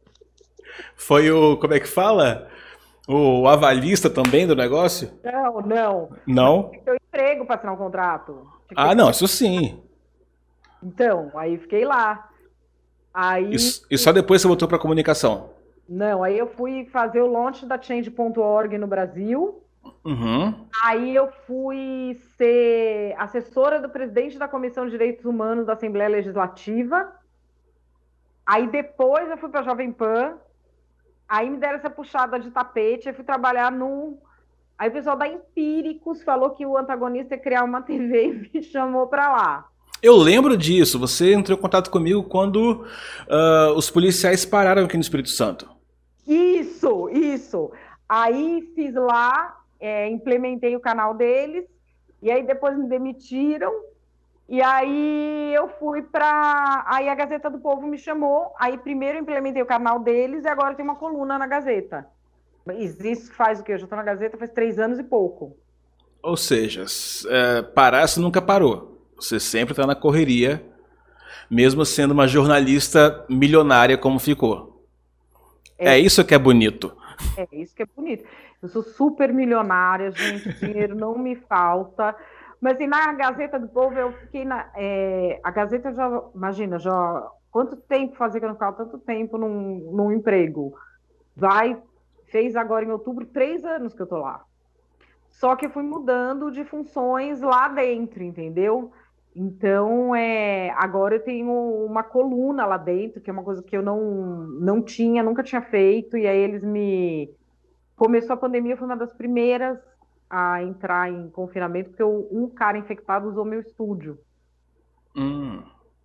Foi o, como é que fala? O avalista também do negócio? Não, não. Não? Eu emprego para assinar o contrato. Ah, não, isso sim. Então, aí fiquei lá. Aí... Isso, e só depois você voltou para comunicação? Não, aí eu fui fazer o launch da Change ponto org no Brasil. Uhum. Aí eu fui ser assessora do presidente da Comissão de Direitos Humanos da Assembleia Legislativa. Aí depois eu fui para a Jovem Pan. Aí me deram essa puxada de tapete. Eu fui trabalhar no... Aí o pessoal da Empíricos falou que o antagonista ia criar uma T V e me chamou para lá. Eu lembro disso. Você entrou em contato comigo quando uh, os policiais pararam aqui no Espírito Santo. Isso, isso. Aí fiz lá, é, implementei o canal deles, e aí depois me demitiram, e aí eu fui para... Aí a Gazeta do Povo me chamou, aí primeiro eu implementei o canal deles, e agora tem uma coluna na Gazeta. Isso faz o quê? Eu já estou na Gazeta faz três anos e pouco. Ou seja, é, parar você nunca parou. Você sempre está na correria, mesmo sendo uma jornalista milionária como ficou. É, é isso que é bonito. É isso que é bonito. Eu sou super milionária, gente, dinheiro não me falta. Mas assim, na Gazeta do Povo eu fiquei na... É, a Gazeta já, imagina, já... Quanto tempo fazia que eu não ficava tanto tempo num, num emprego? Vai, fez agora em outubro três anos que eu tô lá. Só que eu fui mudando de funções lá dentro, entendeu? Então, é, agora eu tenho uma coluna lá dentro, que é uma coisa que eu não, não tinha, nunca tinha feito, e aí eles me... Começou a pandemia, eu fui uma das primeiras a entrar em confinamento, porque eu, um cara infectado usou meu estúdio. Hum.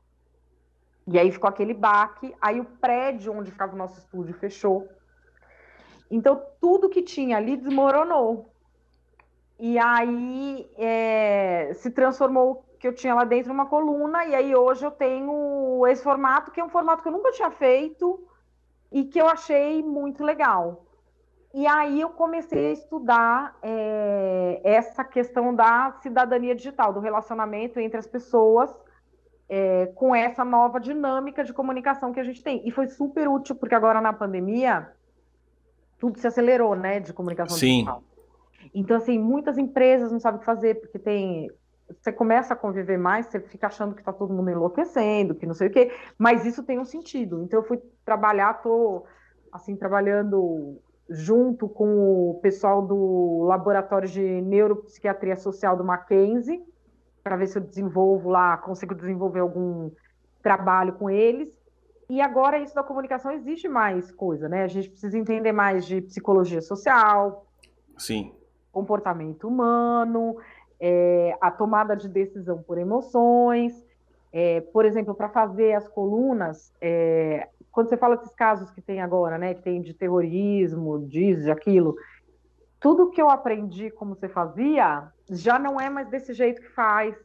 E aí ficou aquele baque, aí o prédio onde ficava o nosso estúdio fechou. Então, tudo que tinha ali desmoronou. E aí é, se transformou que eu tinha lá dentro uma coluna, e aí hoje eu tenho esse formato, que é um formato que eu nunca tinha feito e que eu achei muito legal. E aí eu comecei a estudar é, essa questão da cidadania digital, do relacionamento entre as pessoas é, com essa nova dinâmica de comunicação que a gente tem. E foi super útil, porque agora na pandemia tudo se acelerou, né, de comunicação Sim. digital. Então, assim, muitas empresas não sabem o que fazer, porque tem. Você começa a conviver mais, você fica achando que está todo mundo enlouquecendo, que não sei o quê, mas isso tem um sentido. Então, eu fui trabalhar, estou assim, trabalhando junto com o pessoal do Laboratório de Neuropsiquiatria Social do Mackenzie, para ver se eu desenvolvo lá, consigo desenvolver algum trabalho com eles. E agora, isso da comunicação, existe mais coisa, né? A gente precisa entender mais de psicologia social, Sim. comportamento humano, é, a tomada de decisão por emoções. É, por exemplo, para fazer as colunas, é, quando você fala desses casos que tem agora, né, que tem de terrorismo, disso, de aquilo, tudo que eu aprendi como você fazia, já não é mais desse jeito que faz.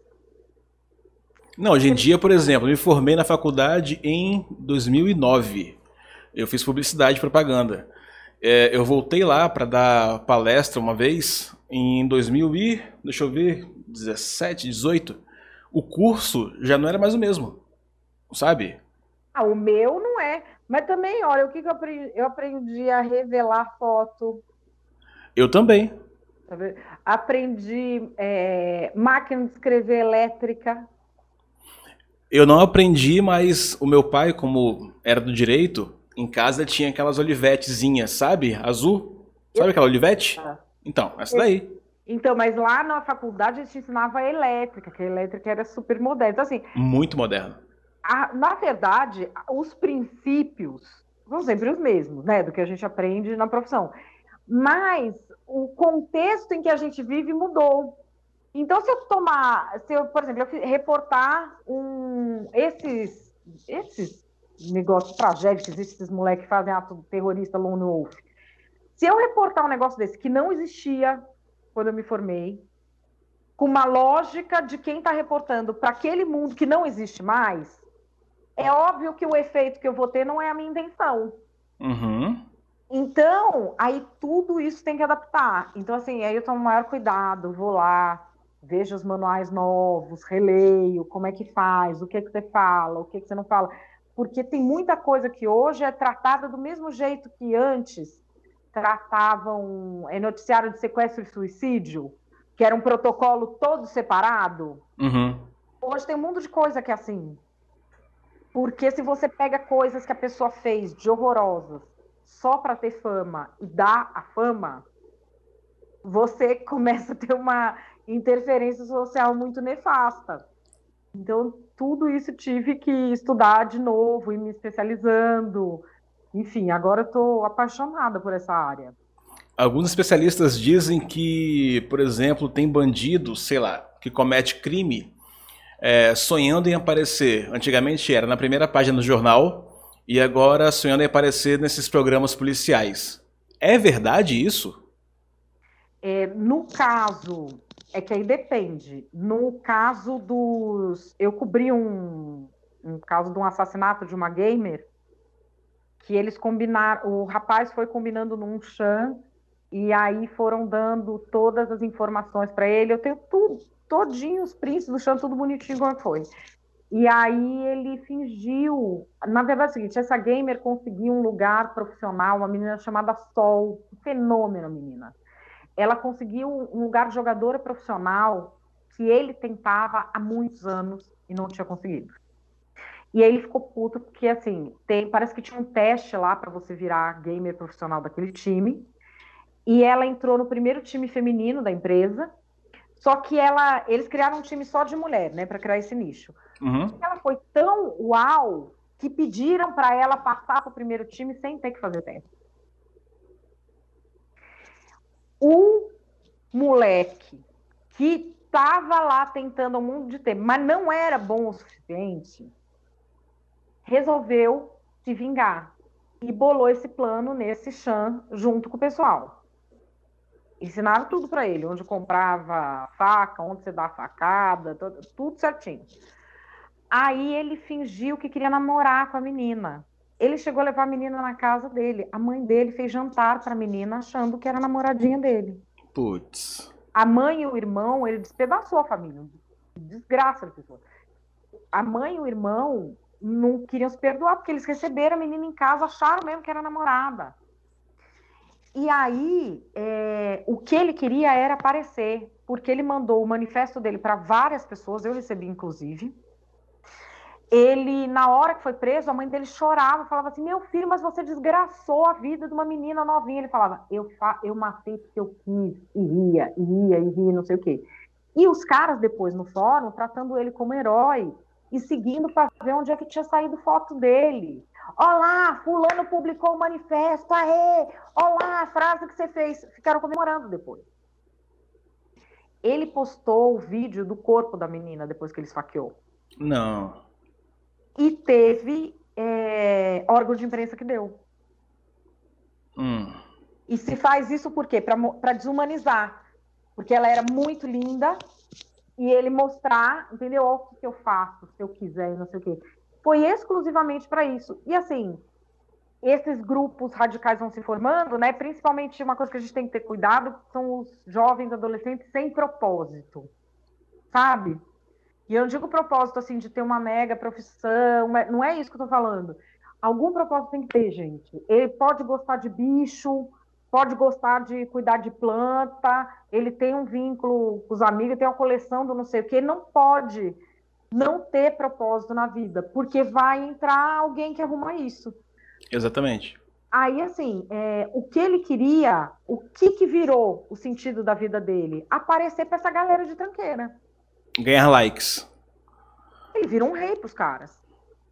Não, hoje em dia, por exemplo, eu me formei na faculdade em dois mil e nove. Eu fiz publicidade e propaganda. É, eu voltei lá para dar palestra uma vez em dois mil e, deixa eu ver, dezessete, dezoito. O curso já não era mais o mesmo, sabe? Ah, o meu não é. Mas também, olha, o que, que eu aprendi? Eu aprendi a revelar foto, Eu também. tá vendo? Aprendi é, máquina de escrever elétrica. Eu não aprendi, mas o meu pai, como era do direito, em casa tinha aquelas olivetezinhas, sabe? Azul. Sabe aquela olivete? Então, essa daí. Então, mas lá na faculdade a gente ensinava a elétrica, que a elétrica era super moderna. Então, assim, Muito moderno. a, na verdade, os princípios são sempre os mesmos, né, do que a gente aprende na profissão. Mas o contexto em que a gente vive mudou. Então, se eu tomar, se eu, por exemplo, eu reportar um, esses, esses negócios tragédios que existem, esses moleques que fazem ato terrorista lone wolf, se eu reportar um negócio desse que não existia quando eu me formei, com uma lógica de quem está reportando para aquele mundo que não existe mais, é óbvio que o efeito que eu vou ter não é a minha intenção. Uhum. Então, aí tudo isso tem que adaptar. Então, assim, aí eu tomo maior cuidado, vou lá, vejo os manuais novos, releio, como é que faz, o que, é que você fala, o que, é que você não fala. Porque tem muita coisa que hoje é tratada do mesmo jeito que antes tratavam é, noticiário de sequestro e suicídio, que era um protocolo todo separado. Uhum. Hoje tem um mundo de coisa que é assim. Porque se você pega coisas que a pessoa fez de horrorosas só para ter fama e dá a fama, você começa a ter uma interferência social muito nefasta. Então, tudo isso tive que estudar de novo e me especializando. Enfim, agora eu estou apaixonada por essa área. Alguns especialistas dizem que, por exemplo, tem bandidos, sei lá, que comete crime é, sonhando em aparecer. Antigamente era na primeira página do jornal e agora sonhando em aparecer nesses programas policiais. É verdade isso? É, no caso, é que aí depende. No caso dos. Eu cobri um, um caso de um assassinato de uma gamer que eles combinaram. O rapaz foi combinando num chan e aí foram dando todas as informações para ele. Eu tenho tudo, todinho os prints do chan, tudo bonitinho como foi. E aí ele fingiu. Na verdade é o seguinte: essa gamer conseguiu um lugar profissional, uma menina chamada Sol, um fenômeno, menina. Ela conseguiu um lugar de jogadora profissional que ele tentava há muitos anos e não tinha conseguido. E aí ele ficou puto porque, assim, tem, parece que tinha um teste lá para você virar gamer profissional daquele time. E ela entrou no primeiro time feminino da empresa. Só que ela, eles criaram um time só de mulher, né, para criar esse nicho. Uhum. Ela foi tão uau que pediram para ela passar para o primeiro time sem ter que fazer teste. O moleque que estava lá tentando há um monte de tempo, mas não era bom o suficiente, resolveu se vingar e bolou esse plano nesse chan junto com o pessoal. Ensinaram tudo para ele, onde comprava faca, onde você dá a facada, tudo, tudo certinho. Aí ele fingiu que queria namorar com a menina. Ele chegou a levar a menina na casa dele. A mãe dele fez jantar para a menina, achando que era namoradinha dele. Putz. A mãe e o irmão, ele despedaçou a família. Desgraça de pessoa. A mãe e o irmão não queriam se perdoar, porque eles receberam a menina em casa, acharam mesmo que era namorada. E aí, é, o que ele queria era aparecer, porque ele mandou o manifesto dele para várias pessoas, eu recebi inclusive. Ele, na hora que foi preso, a mãe dele chorava, falava assim, meu filho, mas você desgraçou a vida de uma menina novinha. Ele falava, eu, fa eu matei porque eu quis, e ria, e ria, e ria, não sei o quê. E os caras depois no fórum, tratando ele como herói, e seguindo para ver onde é que tinha saído foto dele. Olá, fulano publicou o manifesto, aê! Olá, a frase que você fez. Ficaram comemorando depois. Ele postou o vídeo do corpo da menina depois que ele esfaqueou. Não. E teve é, órgão de imprensa que deu. Hum. E se faz isso por quê? Para desumanizar. Porque ela era muito linda e ele mostrar, entendeu? Olha o que eu faço, se eu quiser, não sei o quê. Foi exclusivamente para isso. E assim, esses grupos radicais vão se formando, né? Principalmente uma coisa que a gente tem que ter cuidado são os jovens adolescentes sem propósito, sabe? E eu não digo propósito assim de ter uma mega profissão, não é isso que eu tô falando. Algum propósito tem que ter, gente. Ele pode gostar de bicho, pode gostar de cuidar de planta, ele tem um vínculo com os amigos, tem uma coleção do não sei o quê, ele não pode não ter propósito na vida, porque vai entrar alguém que arruma isso. Exatamente. Aí, assim, é, o que ele queria, o que que virou o sentido da vida dele? Aparecer pra essa galera de tranqueira. Ganhar likes. Ele vira um rei pros caras.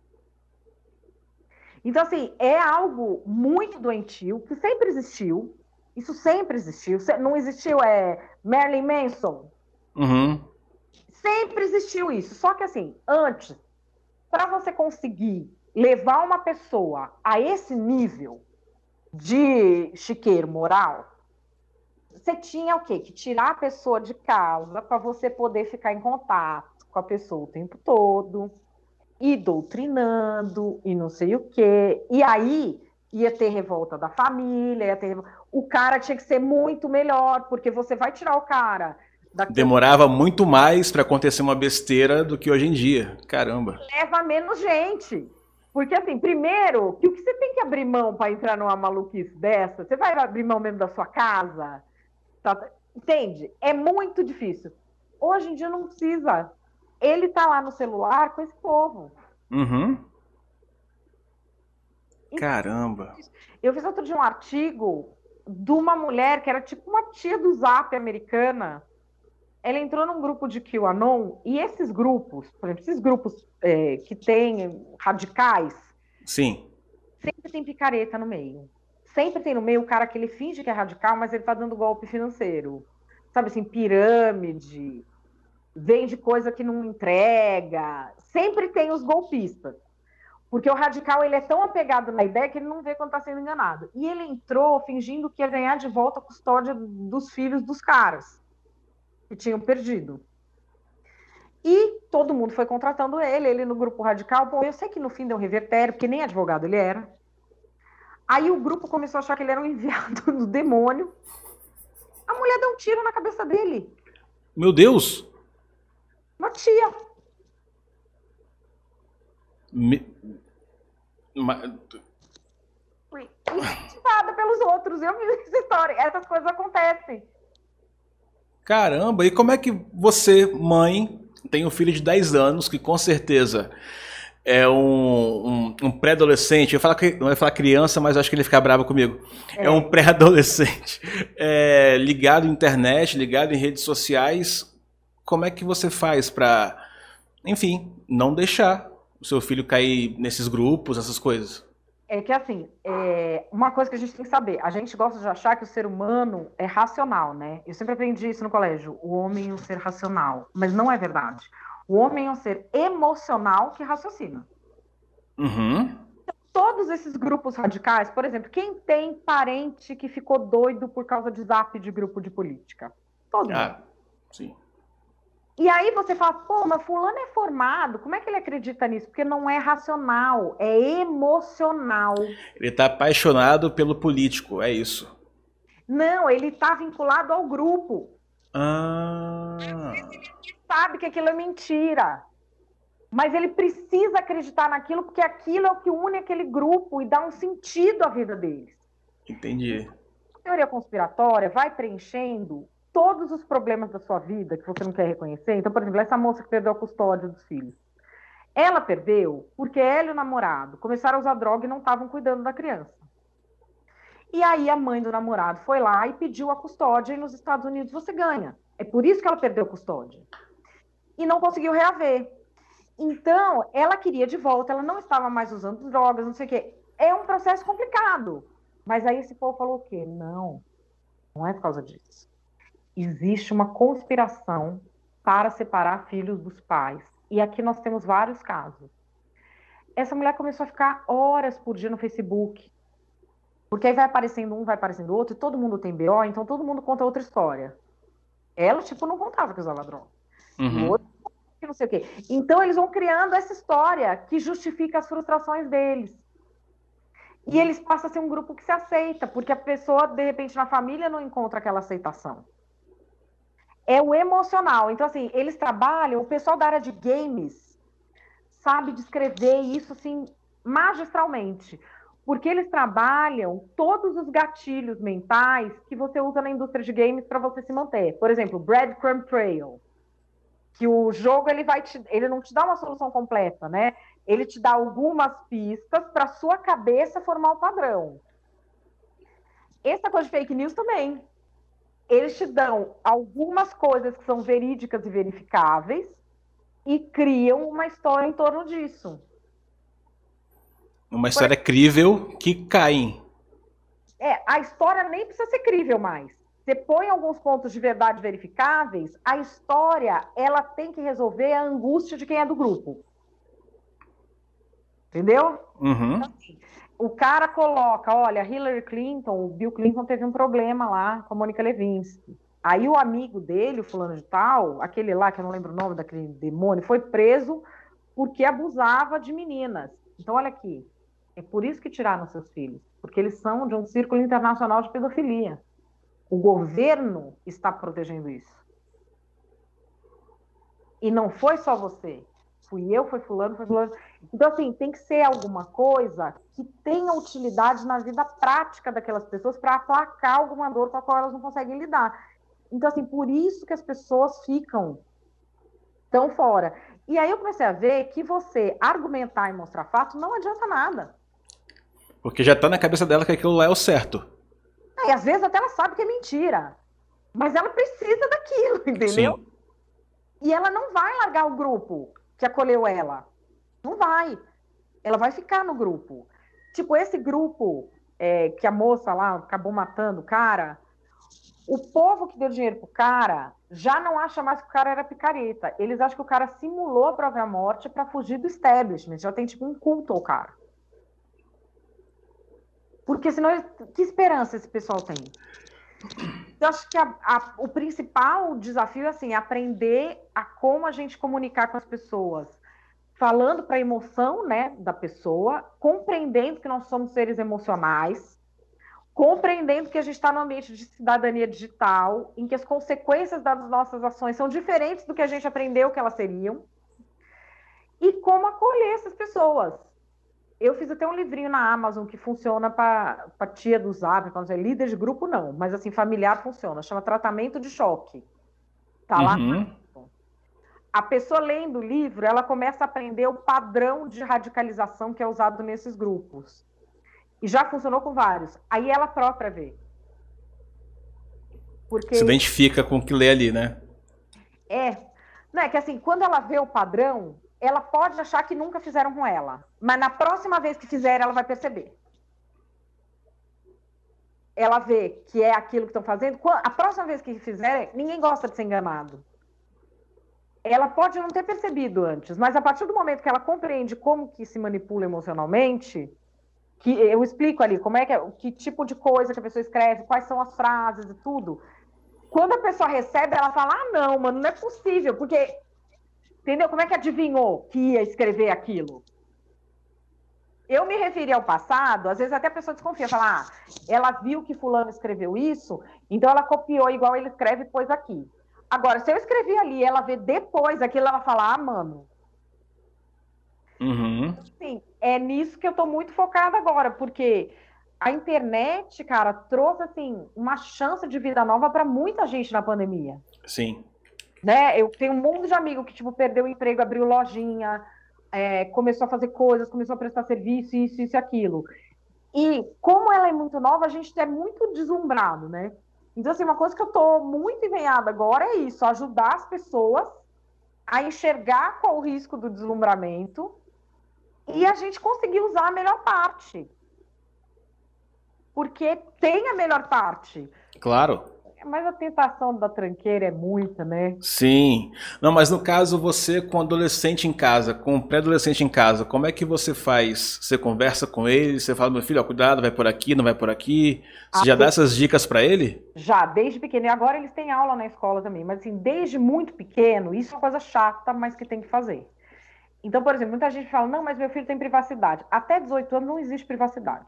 Então, assim, é algo muito doentio, que sempre existiu. Isso sempre existiu. Não existiu, é, Marilyn Manson? Uhum. Sempre existiu isso. Só que, assim, antes, para você conseguir levar uma pessoa a esse nível de chiqueiro moral, você tinha o quê? Que tirar a pessoa de casa para você poder ficar em contato com a pessoa o tempo todo, e doutrinando, e não sei o quê. E aí ia ter revolta da família, ia ter... o cara tinha que ser muito melhor, porque você vai tirar o cara... Daqui Demorava a... muito mais para acontecer uma besteira do que hoje em dia. Caramba. Leva menos gente. Porque, assim, primeiro, que o que você tem que abrir mão para entrar numa maluquice dessa? Você vai abrir mão mesmo da sua casa? Tá? Entende? É muito difícil. Hoje em dia não precisa. Ele tá lá no celular com esse povo. Uhum. Caramba. Eu fiz outro dia um artigo de uma mulher que era tipo uma tia do Zap americana. Ela entrou num grupo de QAnon, e esses grupos, por exemplo, esses grupos é, que tem radicais, sim, sempre tem picareta no meio. Sempre tem no meio o cara que ele finge que é radical, mas ele tá dando golpe financeiro. Sabe assim, pirâmide, vende coisa que não entrega. Sempre tem os golpistas. Porque o radical, ele é tão apegado na ideia que ele não vê quando tá sendo enganado. E ele entrou fingindo que ia ganhar de volta a custódia dos filhos dos caras que tinham perdido. E todo mundo foi contratando ele, ele no grupo radical. Bom, eu sei que no fim deu um revertério, porque nem advogado ele era. Aí o grupo começou a achar que ele era um enviado do demônio. A mulher deu um tiro na cabeça dele. Meu Deus! Uma tia. Me... Ma... Incentivada pelos outros. Eu vi essa história. Essas coisas acontecem. Caramba, e como é que você, mãe, tem um filho de dez anos que com certeza é um, um, um pré-adolescente, eu, eu ia falar criança, mas acho que ele fica bravo comigo, é, é um pré-adolescente é, ligado à internet, ligado em redes sociais, como é que você faz para, enfim, não deixar o seu filho cair nesses grupos, essas coisas? É que, assim, é uma coisa que a gente tem que saber, a gente gosta de achar que o ser humano é racional, né? Eu sempre aprendi isso no colégio, o homem é um ser racional, mas não é verdade. O homem é um ser emocional que raciocina. Uhum. Então, todos esses grupos radicais, por exemplo, quem tem parente que ficou doido por causa de zap de grupo de política? Todo mundo. Ah, sim. E aí você fala, pô, mas fulano é formado, como é que ele acredita nisso? Porque não é racional, é emocional. Ele tá apaixonado pelo político, é isso. Não, ele está vinculado ao grupo. Ah. Ele sabe que aquilo é mentira. Mas ele precisa acreditar naquilo, porque aquilo é o que une aquele grupo e dá um sentido à vida deles. Entendi. A teoria conspiratória vai preenchendo todos os problemas da sua vida que você não quer reconhecer. Então, por exemplo, essa moça que perdeu a custódia dos filhos. Ela perdeu porque ela e o namorado começaram a usar droga e não estavam cuidando da criança. E aí a mãe do namorado foi lá e pediu a custódia e nos Estados Unidos você ganha. É por isso que ela perdeu a custódia. E não conseguiu reaver. Então, ela queria de volta, ela não estava mais usando drogas, não sei o quê. É um processo complicado. Mas aí esse povo falou o quê? Não, não é por causa disso. Existe uma conspiração para separar filhos dos pais. E aqui nós temos vários casos. Essa mulher começou a ficar horas por dia no Facebook. Porque aí vai aparecendo um, vai aparecendo outro, e todo mundo tem B O, então todo mundo conta outra história. Ela, tipo, não contava que usava droga. Uhum. O outro, que não sei o quê. Então eles vão criando essa história que justifica as frustrações deles. E eles passam a ser um grupo que se aceita, porque a pessoa, de repente, na família não encontra aquela aceitação. É o emocional. Então, assim, eles trabalham, o pessoal da área de games sabe descrever isso, assim, magistralmente. Porque eles trabalham todos os gatilhos mentais que você usa na indústria de games para você se manter. Por exemplo, Breadcrumb Trail. Que o jogo ele vai te, ele não te dá uma solução completa, né? Ele te dá algumas pistas para sua cabeça formar um padrão. Essa coisa de fake news também. Eles te dão algumas coisas que são verídicas e verificáveis e criam uma história em torno disso. Uma história Por... crível que cai. É, a história nem precisa ser crível mais. Você põe alguns pontos de verdade verificáveis, a história, ela tem que resolver a angústia de quem é do grupo. Entendeu? Uhum. Então, assim, o cara coloca, olha, Hillary Clinton, o Bill Clinton teve um problema lá com a Mônica Lewinsky. Aí o amigo dele, o fulano de tal, aquele lá, que eu não lembro o nome daquele demônio, foi preso porque abusava de meninas. Então, olha aqui, é por isso que tiraram seus filhos, porque eles são de um círculo internacional de pedofilia. O governo está protegendo isso. E não foi só você. Fui eu, foi fulano, foi fulano. Então, assim, tem que ser alguma coisa que tenha utilidade na vida prática daquelas pessoas para aplacar alguma dor com a qual elas não conseguem lidar. Então, assim, por isso que as pessoas ficam tão fora. E aí eu comecei a ver que você argumentar e mostrar fato não adianta nada. Porque já está na cabeça dela que aquilo lá é o certo. E às vezes até ela sabe que é mentira. Mas ela precisa daquilo, entendeu? Sim. E ela não vai largar o grupo que acolheu ela. Não vai. Ela vai ficar no grupo. Tipo, esse grupo é, que a moça lá acabou matando o cara, o povo que deu dinheiro pro cara já não acha mais que o cara era picareta. Eles acham que o cara simulou a própria morte para fugir do establishment. Já tem tipo um culto ao cara. Porque senão, que esperança esse pessoal tem? Eu acho que a, a, o principal desafio é assim, aprender a como a gente comunicar com as pessoas, falando para a emoção, né, da pessoa, compreendendo que nós somos seres emocionais, compreendendo que a gente está no ambiente de cidadania digital, em que as consequências das nossas ações são diferentes do que a gente aprendeu que elas seriam, e como acolher essas pessoas. Eu fiz até um livrinho na Amazon que funciona para tia do Zap, para dizer, líder de grupo não, mas assim, familiar funciona, chama Tratamento de Choque. Tá lá. Uhum. A pessoa lendo o livro, ela começa a aprender o padrão de radicalização que é usado nesses grupos. E já funcionou com vários. Aí ela própria vê. Porque... Se identifica com o que lê ali, né? É. Não é que assim, quando ela vê o padrão, ela pode achar que nunca fizeram com ela. Mas na próxima vez que fizer, ela vai perceber. Ela vê que é aquilo que estão fazendo. A próxima vez que fizerem, ninguém gosta de ser enganado. Ela pode não ter percebido antes, mas a partir do momento que ela compreende como que se manipula emocionalmente, Que eu explico ali como é que é, que tipo de coisa que a pessoa escreve, quais são as frases e tudo. Quando a pessoa recebe, ela fala, ah, não, mano, não é possível, porque, entendeu? Como é que adivinhou que ia escrever aquilo? Eu me referi ao passado, às vezes até a pessoa desconfia, fala, ah, ela viu que fulano escreveu isso, então ela copiou igual ele escreve e pôs aqui. Agora, se eu escrevi ali, ela vê depois aquilo, ela fala, ah, mano. Uhum. Sim, é nisso que eu tô muito focada agora, porque a internet, cara, trouxe, assim, uma chance de vida nova para muita gente na pandemia. Sim. Né? Eu tenho um mundo de amigo que, tipo, perdeu o emprego, abriu lojinha, é, começou a fazer coisas, começou a prestar serviço, isso, isso e aquilo. E como ela é muito nova, a gente é muito deslumbrado, né? Então, assim, uma coisa que eu tô muito empenhada agora é isso, ajudar as pessoas a enxergar qual o risco do deslumbramento e a gente conseguir usar a melhor parte. Porque tem a melhor parte. Claro. Mas a tentação da tranqueira é muita, né? Sim. Não, mas no caso, você com adolescente em casa, com um pré-adolescente em casa, como é que você faz? Você conversa com ele, você fala, meu filho, ó, cuidado, vai por aqui, não vai por aqui. Você Ah, já dá essas dicas pra ele? Já, desde pequeno. E agora eles têm aula na escola também. Mas, assim, desde muito pequeno, isso é uma coisa chata, mas que tem que fazer. Então, por exemplo, muita gente fala, não, mas meu filho tem privacidade. Até dezoito anos não existe privacidade.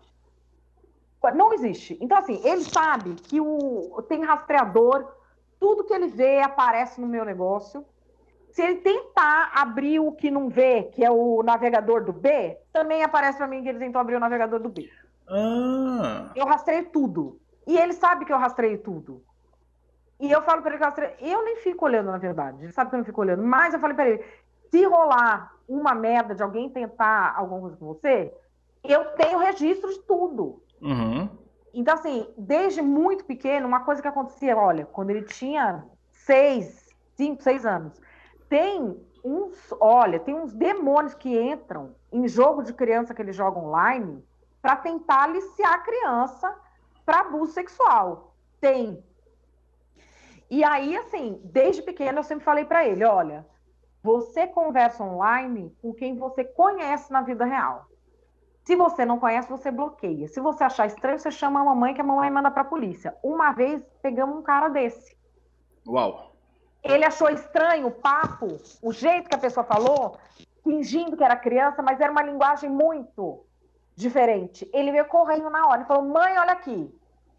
Não existe. Então, assim, ele sabe que o, tem rastreador, tudo que ele vê aparece no meu negócio. Se ele tentar abrir o que não vê, que é o navegador do B, também aparece para mim que ele tentou abrir o navegador do B. Ah. Eu rastreio tudo. E ele sabe que eu rastreio tudo. E eu falo para ele que eu rastreio. Eu nem fico olhando, na verdade. Ele sabe que eu não fico olhando. Mas eu falei para ele, se rolar uma merda de alguém tentar alguma coisa com você, eu tenho registro de tudo. Uhum. Então, assim, desde muito pequeno, uma coisa que acontecia, olha, quando ele tinha seis, cinco, seis anos, tem uns, olha, tem uns demônios que entram em jogo de criança que ele joga online para tentar aliciar a criança para abuso sexual. Tem. E aí, assim, desde pequeno eu sempre falei para ele, olha, você conversa online com quem você conhece na vida real. Se você não conhece, você bloqueia. Se você achar estranho, você chama a mamãe, que a mamãe manda para a polícia. Uma vez, pegamos um cara desse. Uau. Ele achou estranho o papo, o jeito que a pessoa falou, fingindo que era criança, mas era uma linguagem muito diferente. Ele veio correndo na hora e falou, mãe, olha aqui.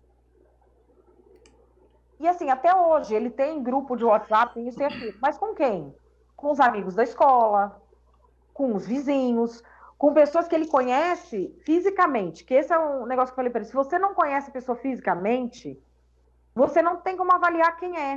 E assim, até hoje, ele tem grupo de WhatsApp, tem isso e aquilo. Mas com quem? Com os amigos da escola, com os vizinhos, com pessoas que ele conhece fisicamente, que esse é um negócio que eu falei para ele, se você não conhece a pessoa fisicamente, você não tem como avaliar quem é.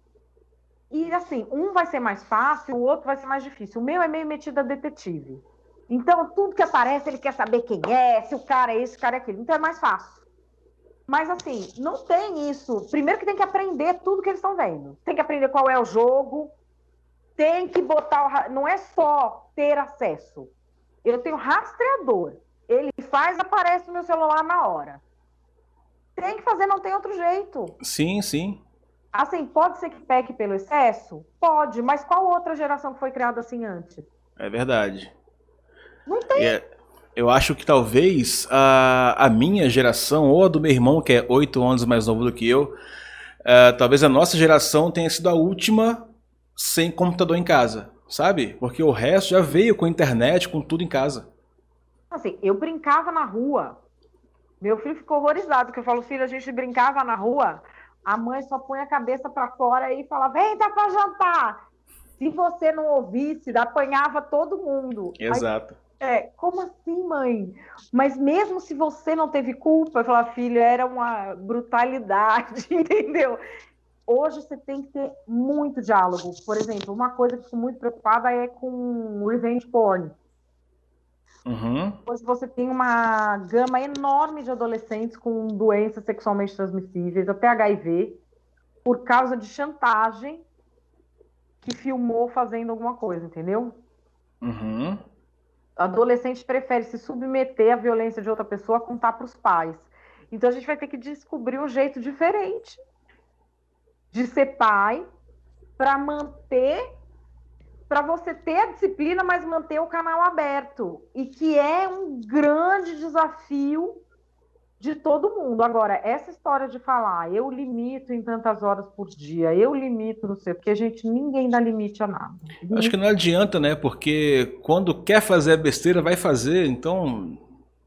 E assim, um vai ser mais fácil, o outro vai ser mais difícil. O meu é meio metido a detetive. Então, tudo que aparece, ele quer saber quem é, se o cara é esse, se o cara é aquele. Então é mais fácil. Mas assim, não tem isso. Primeiro que tem que aprender tudo que eles estão vendo. Tem que aprender qual é o jogo, tem que botar... O... Não é só ter acesso. Eu tenho rastreador. Ele faz, aparece no meu celular na hora. Tem que fazer, não tem outro jeito. Sim, sim. Assim, pode ser que peque pelo excesso? Pode, mas qual outra geração que foi criada assim antes? É verdade. Não tem. É, eu acho que talvez a, a minha geração, ou a do meu irmão, que é oito anos mais novo do que eu, uh, talvez a nossa geração tenha sido a última sem computador em casa, sabe? Porque o resto já veio com internet, com tudo em casa. Assim, eu brincava na rua. Meu filho ficou horrorizado, porque eu falo, filho, a gente brincava na rua, a mãe só põe a cabeça para fora e fala, vem, tá pra jantar. Se você não ouvisse, apanhava todo mundo. Exato. Aí, é, como assim, mãe? Mas mesmo se você não teve culpa, eu falo, filho, era uma brutalidade, entendeu? Hoje você tem que ter muito diálogo. Por exemplo, uma coisa que eu fico muito preocupada é com revenge porn. Uhum. Hoje você tem uma gama enorme de adolescentes com doenças sexualmente transmissíveis, até H I V, por causa de chantagem que filmou fazendo alguma coisa, entendeu? Uhum. Adolescente prefere se submeter à violência de outra pessoa a contar para os pais. Então a gente vai ter que descobrir um jeito diferente de ser pai para manter, para você ter a disciplina, mas manter o canal aberto. E que é um grande desafio desafio de todo mundo. Agora, essa história de falar, eu limito em tantas horas por dia, eu limito, não sei, porque, gente, ninguém dá limite a nada. Acho que não adianta, né? Porque quando quer fazer a besteira, vai fazer, então...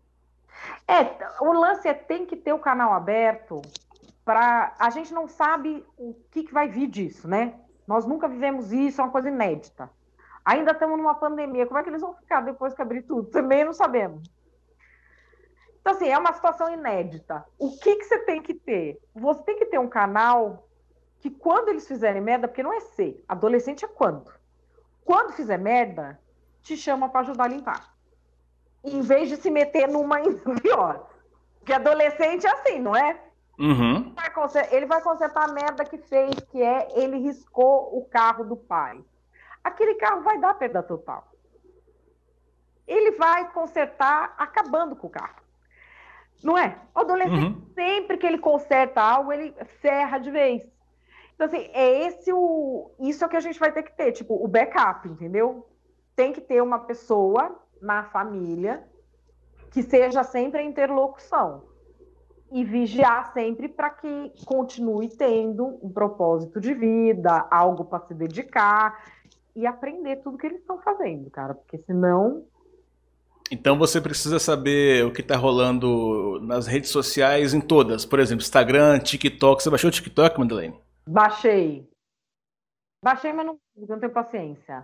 É, o lance é tem que ter o canal aberto para... A gente não sabe o que, que vai vir disso, né? Nós nunca vivemos isso, é uma coisa inédita. Ainda estamos numa pandemia, como é que eles vão ficar depois que abrir tudo? Também não sabemos. Então, assim, é uma situação inédita. O que, que você tem que ter? Você tem que ter um canal que, quando eles fizerem merda, porque não é ser, adolescente é quando? Quando fizer merda, te chama para ajudar a limpar. Em vez de se meter numa ainda pior. Porque adolescente é assim, não é? Uhum. Ele vai consertar a merda que fez, que é ele riscou o carro do pai. Aquele carro vai dar perda total. Ele vai consertar acabando com o carro. Não é? O adolescente, uhum. sempre que ele conserta algo, ele ferra de vez. Então, assim, é esse o... Isso é o que a gente vai ter que ter, tipo, o backup, entendeu? Tem que ter uma pessoa na família que seja sempre a interlocução. E vigiar sempre para que continue tendo um propósito de vida, algo para se dedicar e aprender tudo que eles estão fazendo, cara. Porque senão... Então você precisa saber o que está rolando nas redes sociais em todas. Por exemplo, Instagram, TikTok. Você baixou o TikTok, Madeleine? Baixei. Baixei, mas não, não tenho paciência.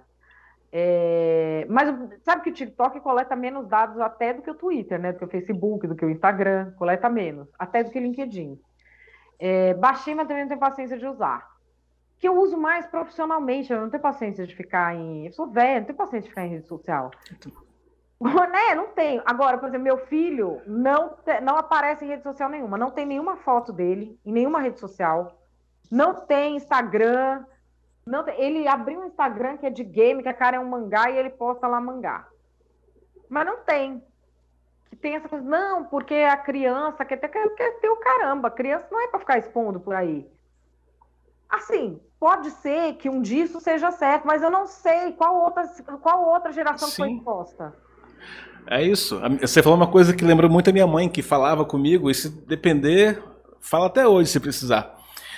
É... Mas sabe que o TikTok coleta menos dados até do que o Twitter, né? Do que o Facebook, do que o Instagram. Coleta menos. Até do que o LinkedIn. É... Baixei, mas também não tenho paciência de usar. Que eu uso mais profissionalmente. Eu não tenho paciência de ficar em... Eu sou velha, não tenho paciência de ficar em rede social. Né? Não tenho. Agora, por exemplo, meu filho não, te, não aparece em rede social nenhuma. Não tem nenhuma foto dele em nenhuma rede social. Não tem Instagram. Não tem, ele abriu um Instagram que é de game, que a cara é um mangá e ele posta lá mangá. Mas não tem. Que tem essa coisa. Não, porque a criança quer ter, quer ter o caramba. A criança não é para ficar expondo por aí. Assim, pode ser que um dia isso seja certo, mas eu não sei qual outra, qual outra geração foi exposta. É isso. Você falou uma coisa que lembrou muito a minha mãe, que falava comigo, e se depender, fala até hoje, se precisar.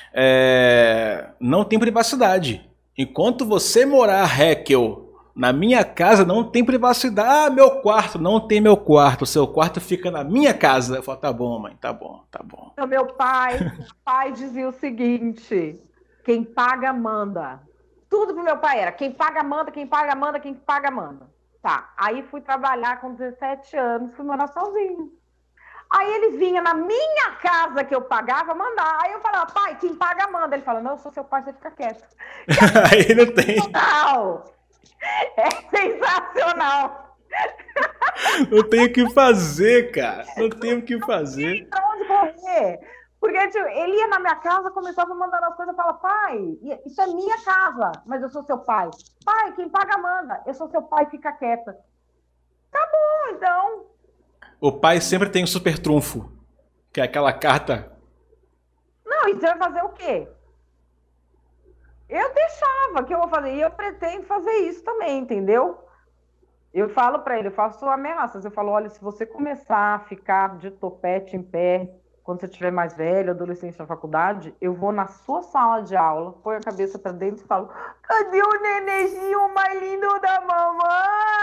É... Não tem privacidade. Enquanto você morar, Heckel, na minha casa, não tem privacidade. Ah, meu quarto, não tem meu quarto. Seu quarto fica na minha casa. Eu falo, tá bom, mãe, tá bom, tá bom. Então, meu pai, meu pai dizia o seguinte, quem paga, manda. Tudo pro meu pai era, quem paga, manda, quem paga, manda, quem paga, manda. Tá, aí fui trabalhar com dezessete anos, fui morar sozinho. Aí ele vinha na minha casa que eu pagava mandar. Aí eu falava, pai, quem paga manda. Ele fala, não, eu sou seu pai, você fica quieto. Aí não tem. É sensacional. Não tenho o que fazer, cara. Não tenho o que fazer. Pra onde correr? Porque tipo, ele ia na minha casa, começava a mandar as coisas, eu falava, pai, isso é minha casa, mas eu sou seu pai. Pai, quem paga manda. Eu sou seu pai, fica quieta. Tá bom, então. O pai sempre tem um super trunfo, que é aquela carta. Não, e você vai fazer o quê? Eu deixava, que eu vou fazer, e eu pretendo fazer isso também, entendeu? Eu falo pra ele, eu faço ameaças, eu falo, olha, se você começar a ficar de topete em pé, quando você estiver mais velho, adolescente na faculdade, eu vou na sua sala de aula, põe a cabeça pra dentro e falo, cadê o nenenzinho mais lindo da mamãe?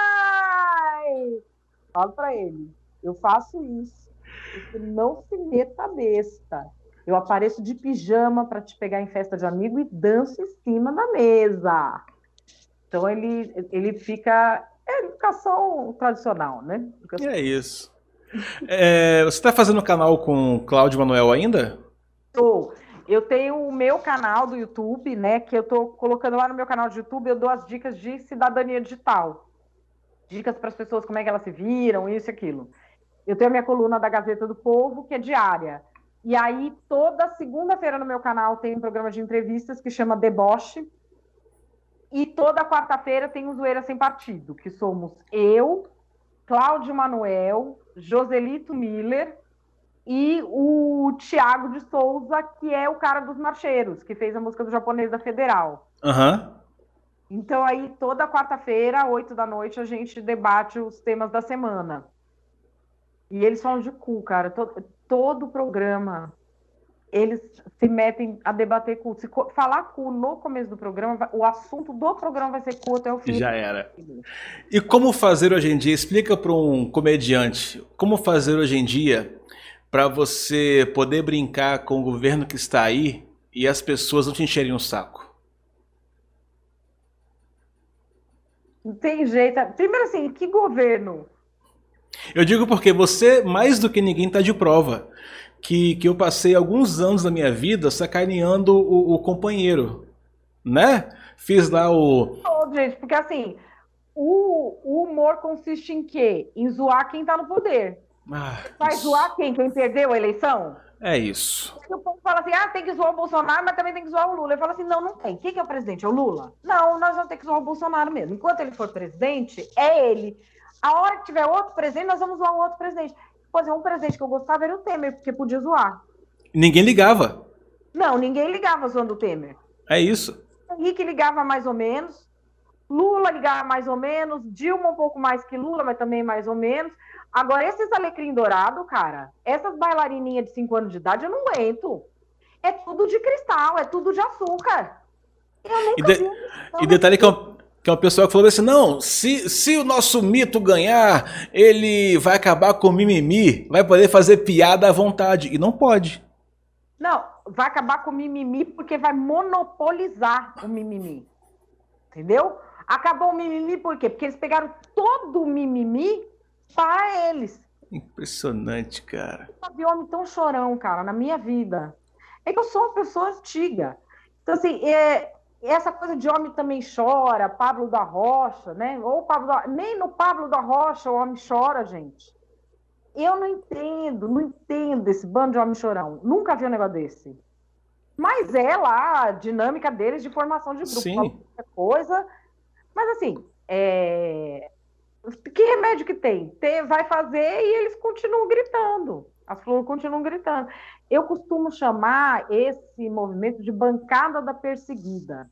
Falo pra ele, eu faço isso, você não se meta besta. Eu apareço de pijama pra te pegar em festa de amigo e danço em cima da mesa. Então ele, ele fica... É educação tradicional, né? Educação... É isso. É, você está fazendo canal com Cláudio Manuel ainda? Tô. Eu tenho o meu canal do YouTube, né? Que eu tô colocando lá no meu canal de YouTube, eu dou as dicas de cidadania digital. Dicas para as pessoas, como é que elas se viram, isso e aquilo. Eu tenho a minha coluna da Gazeta do Povo, que é diária. E aí, toda segunda-feira no meu canal tem um programa de entrevistas que chama Deboche. E toda quarta-feira tem o Zoeira Sem Partido, que somos eu, Cláudio Manuel, Joselito Miller e o Thiago de Souza, que é o cara dos marcheiros, que fez a música do Japonês da Federal. Aham. Uhum. Então aí toda quarta-feira, oito da noite, a gente debate os temas da semana. E eles falam de cu, cara. Todo, todo programa, eles se metem a debater cu. Se co- falar cu no começo do programa, vai- o assunto do programa vai ser cu até o fim. Já era. E como fazer hoje em dia? Explica para um comediante como fazer hoje em dia para você poder brincar com o governo que está aí e as pessoas não te encherem o saco. Não tem jeito. Primeiro assim, que governo? Eu digo porque você, mais do que ninguém, está de prova. Que, que eu passei alguns anos da minha vida sacaneando o, o companheiro, né? Fiz lá o... Todo, gente, porque assim, o, o humor consiste em quê? Em zoar quem tá no poder. Ah, Vai isso. zoar quem? Quem perdeu a eleição? É isso. E o povo fala assim, ah, tem que zoar o Bolsonaro, mas também tem que zoar o Lula. Eu falo assim, não, não tem. Quem que é o presidente? É o Lula? Não, nós vamos ter que zoar o Bolsonaro mesmo. Enquanto ele for presidente, é ele. A hora que tiver outro presidente, nós vamos zoar o outro presidente. Por exemplo, um presidente que eu gostava era o Temer, porque podia zoar. Ninguém ligava. Não, ninguém ligava zoando o Temer. É isso. Henrique ligava mais ou menos, Lula ligava mais ou menos, Dilma um pouco mais que Lula, mas também mais ou menos. Agora, esses alecrim dourado, cara, essas bailarininhas de cinco anos de idade, eu não aguento. É tudo de cristal, é tudo de açúcar. Eu E, nunca vi de, um e cristal detalhe que é, daquele. um, que é uma pessoa que falou assim, não, se, se o nosso mito ganhar, ele vai acabar com o mimimi, vai poder fazer piada à vontade. E não pode. Não, vai acabar com o mimimi porque vai monopolizar o mimimi. Entendeu? Acabou o mimimi por quê? Porque eles pegaram todo o mimimi para eles. Impressionante, cara. Eu nunca vi homem tão chorão, cara, na minha vida. É que eu sou uma pessoa antiga. Então, assim, é, essa coisa de homem também chora, Pablo da Rocha, né? Ou Pablo da... Nem no Pablo da Rocha o homem chora, gente. Eu não entendo, não entendo esse bando de homem chorão. Nunca vi um negócio desse. Mas é lá a dinâmica deles de formação de grupo, Sim. qualquer coisa. Mas, assim, é... que remédio que tem? tem? Vai fazer e eles continuam gritando. As flores continuam gritando. Eu costumo chamar esse movimento de bancada da perseguida.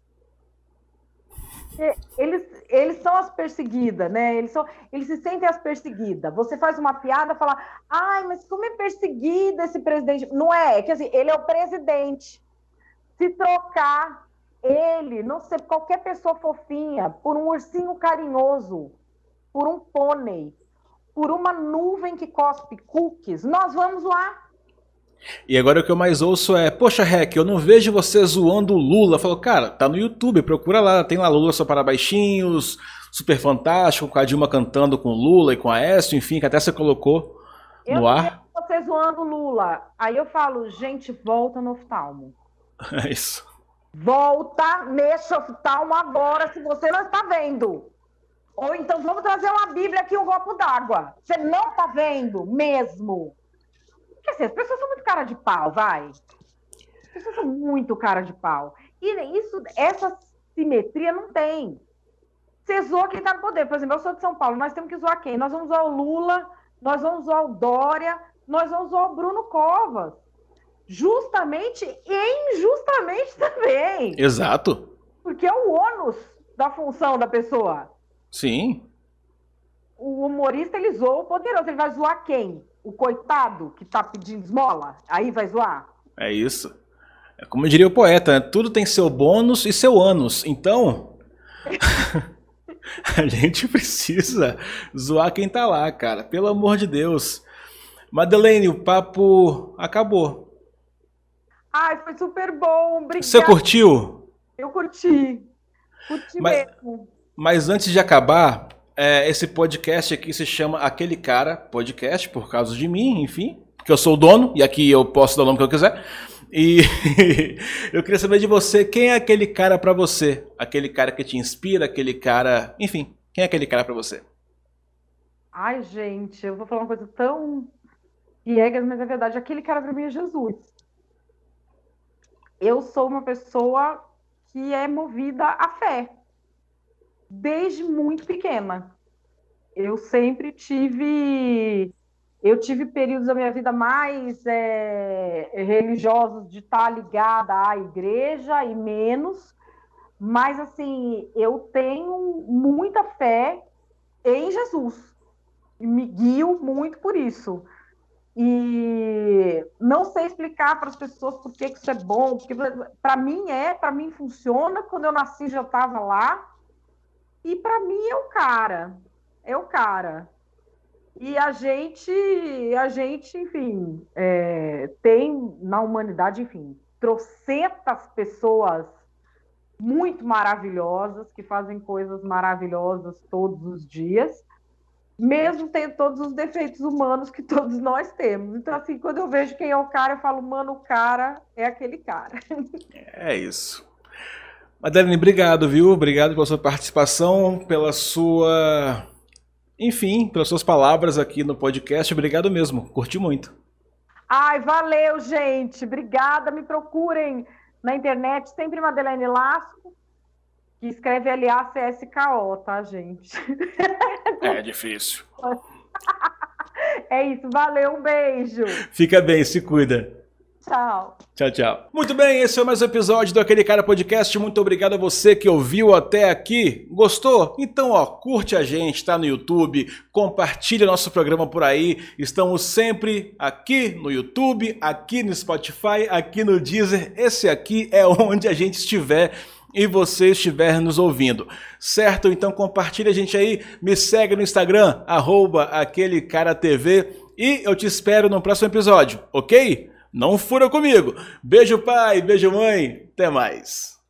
Eles, eles são as perseguidas, né? Eles, são, eles se sentem as perseguidas. Você faz uma piada, fala, ai, mas como é perseguida esse presidente? Não é, é que assim, ele é o presidente. Se trocar ele, não sei, qualquer pessoa fofinha, por um ursinho carinhoso, por um pônei, por uma nuvem que cospe cookies, nós vamos lá. E agora o que eu mais ouço é, poxa, Rec, eu não vejo você zoando o Lula. Eu falo, cara, tá no YouTube, procura lá, tem lá Lula só para baixinhos, Super Fantástico, com a Dilma cantando com o Lula e com a Aécio, enfim, que até você colocou Eu no não vejo ar. você zoando Lula. Aí eu falo, gente, volta no oftalmo. É isso. Volta nesse oftalmo agora, se você não está vendo. Ou então vamos trazer uma Bíblia aqui, um copo d'água. Você não está vendo mesmo. Porque assim, as pessoas são muito cara de pau, vai. As pessoas são muito cara de pau. E isso, essa simetria não tem. Você zoa quem está no poder. Por exemplo, eu sou de São Paulo, nós temos que zoar quem? Nós vamos zoar o Lula, nós vamos zoar o Dória, nós vamos zoar o Bruno Covas. Justamente e injustamente também. Exato. Porque é o ônus da função da pessoa. Sim. O humorista, ele zoa o poderoso. Ele vai zoar quem? O coitado que tá pedindo esmola? Aí vai zoar? É isso. É como diria o poeta, né? Tudo tem seu bônus e seu ânus. Então, a gente precisa zoar quem tá lá, cara. Pelo amor de Deus. Madeleine, o papo acabou. Ai, foi super bom. Obrigada. Você curtiu? Eu curti. Curti Mas, mesmo. mas antes de acabar, é, esse podcast aqui se chama Aquele Cara Podcast, por causa de mim, enfim. Porque eu sou o dono, e aqui eu posso dar o nome que eu quiser. E eu queria saber de você, quem é aquele cara pra você? Aquele cara que te inspira, aquele cara... Enfim, quem é aquele cara pra você? Ai, gente, eu vou falar uma coisa tão piegas, mas é verdade. Aquele cara pra mim é Jesus. Eu sou uma pessoa que é movida à fé. Desde muito pequena. Eu sempre tive... Eu tive períodos da minha vida mais é, religiosos de estar ligada à igreja e menos, mas assim, eu tenho muita fé em Jesus. me guio muito por isso. E não sei explicar para as pessoas por que isso é bom, porque para mim é, para mim funciona, quando eu nasci já estava lá, e para mim é o cara, é o cara. E a gente, a gente, enfim, é, tem na humanidade, enfim, trocentas pessoas muito maravilhosas, que fazem coisas maravilhosas todos os dias, mesmo tendo todos os defeitos humanos que todos nós temos. Então, assim, quando eu vejo quem é o cara, eu falo, mano, o cara é aquele cara. É isso. Madeleine, obrigado, viu? Obrigado pela sua participação, pela sua... Enfim, pelas suas palavras aqui no podcast. Obrigado mesmo. Curti muito. Ai, valeu, gente. Obrigada. Me procurem na internet, sempre Madeleine Lasco, que escreve L A C S K O, tá, gente? É difícil. É isso. Valeu, um beijo. Fica bem, se cuida. Tchau. Tchau, tchau. Muito bem, esse foi mais um episódio do Aquele Cara Podcast. Muito obrigado a você que ouviu até aqui. Gostou? Então, ó, curte a gente, tá no YouTube, compartilha nosso programa por aí. Estamos sempre aqui no YouTube, aqui no Spotify, aqui no Deezer. Esse aqui é onde a gente estiver e você estiver nos ouvindo, certo? Então compartilha a gente aí, me segue no Instagram, arroba Aquele Cara T V, e eu te espero no próximo episódio, ok? Não fura comigo. Beijo pai, beijo mãe, até mais.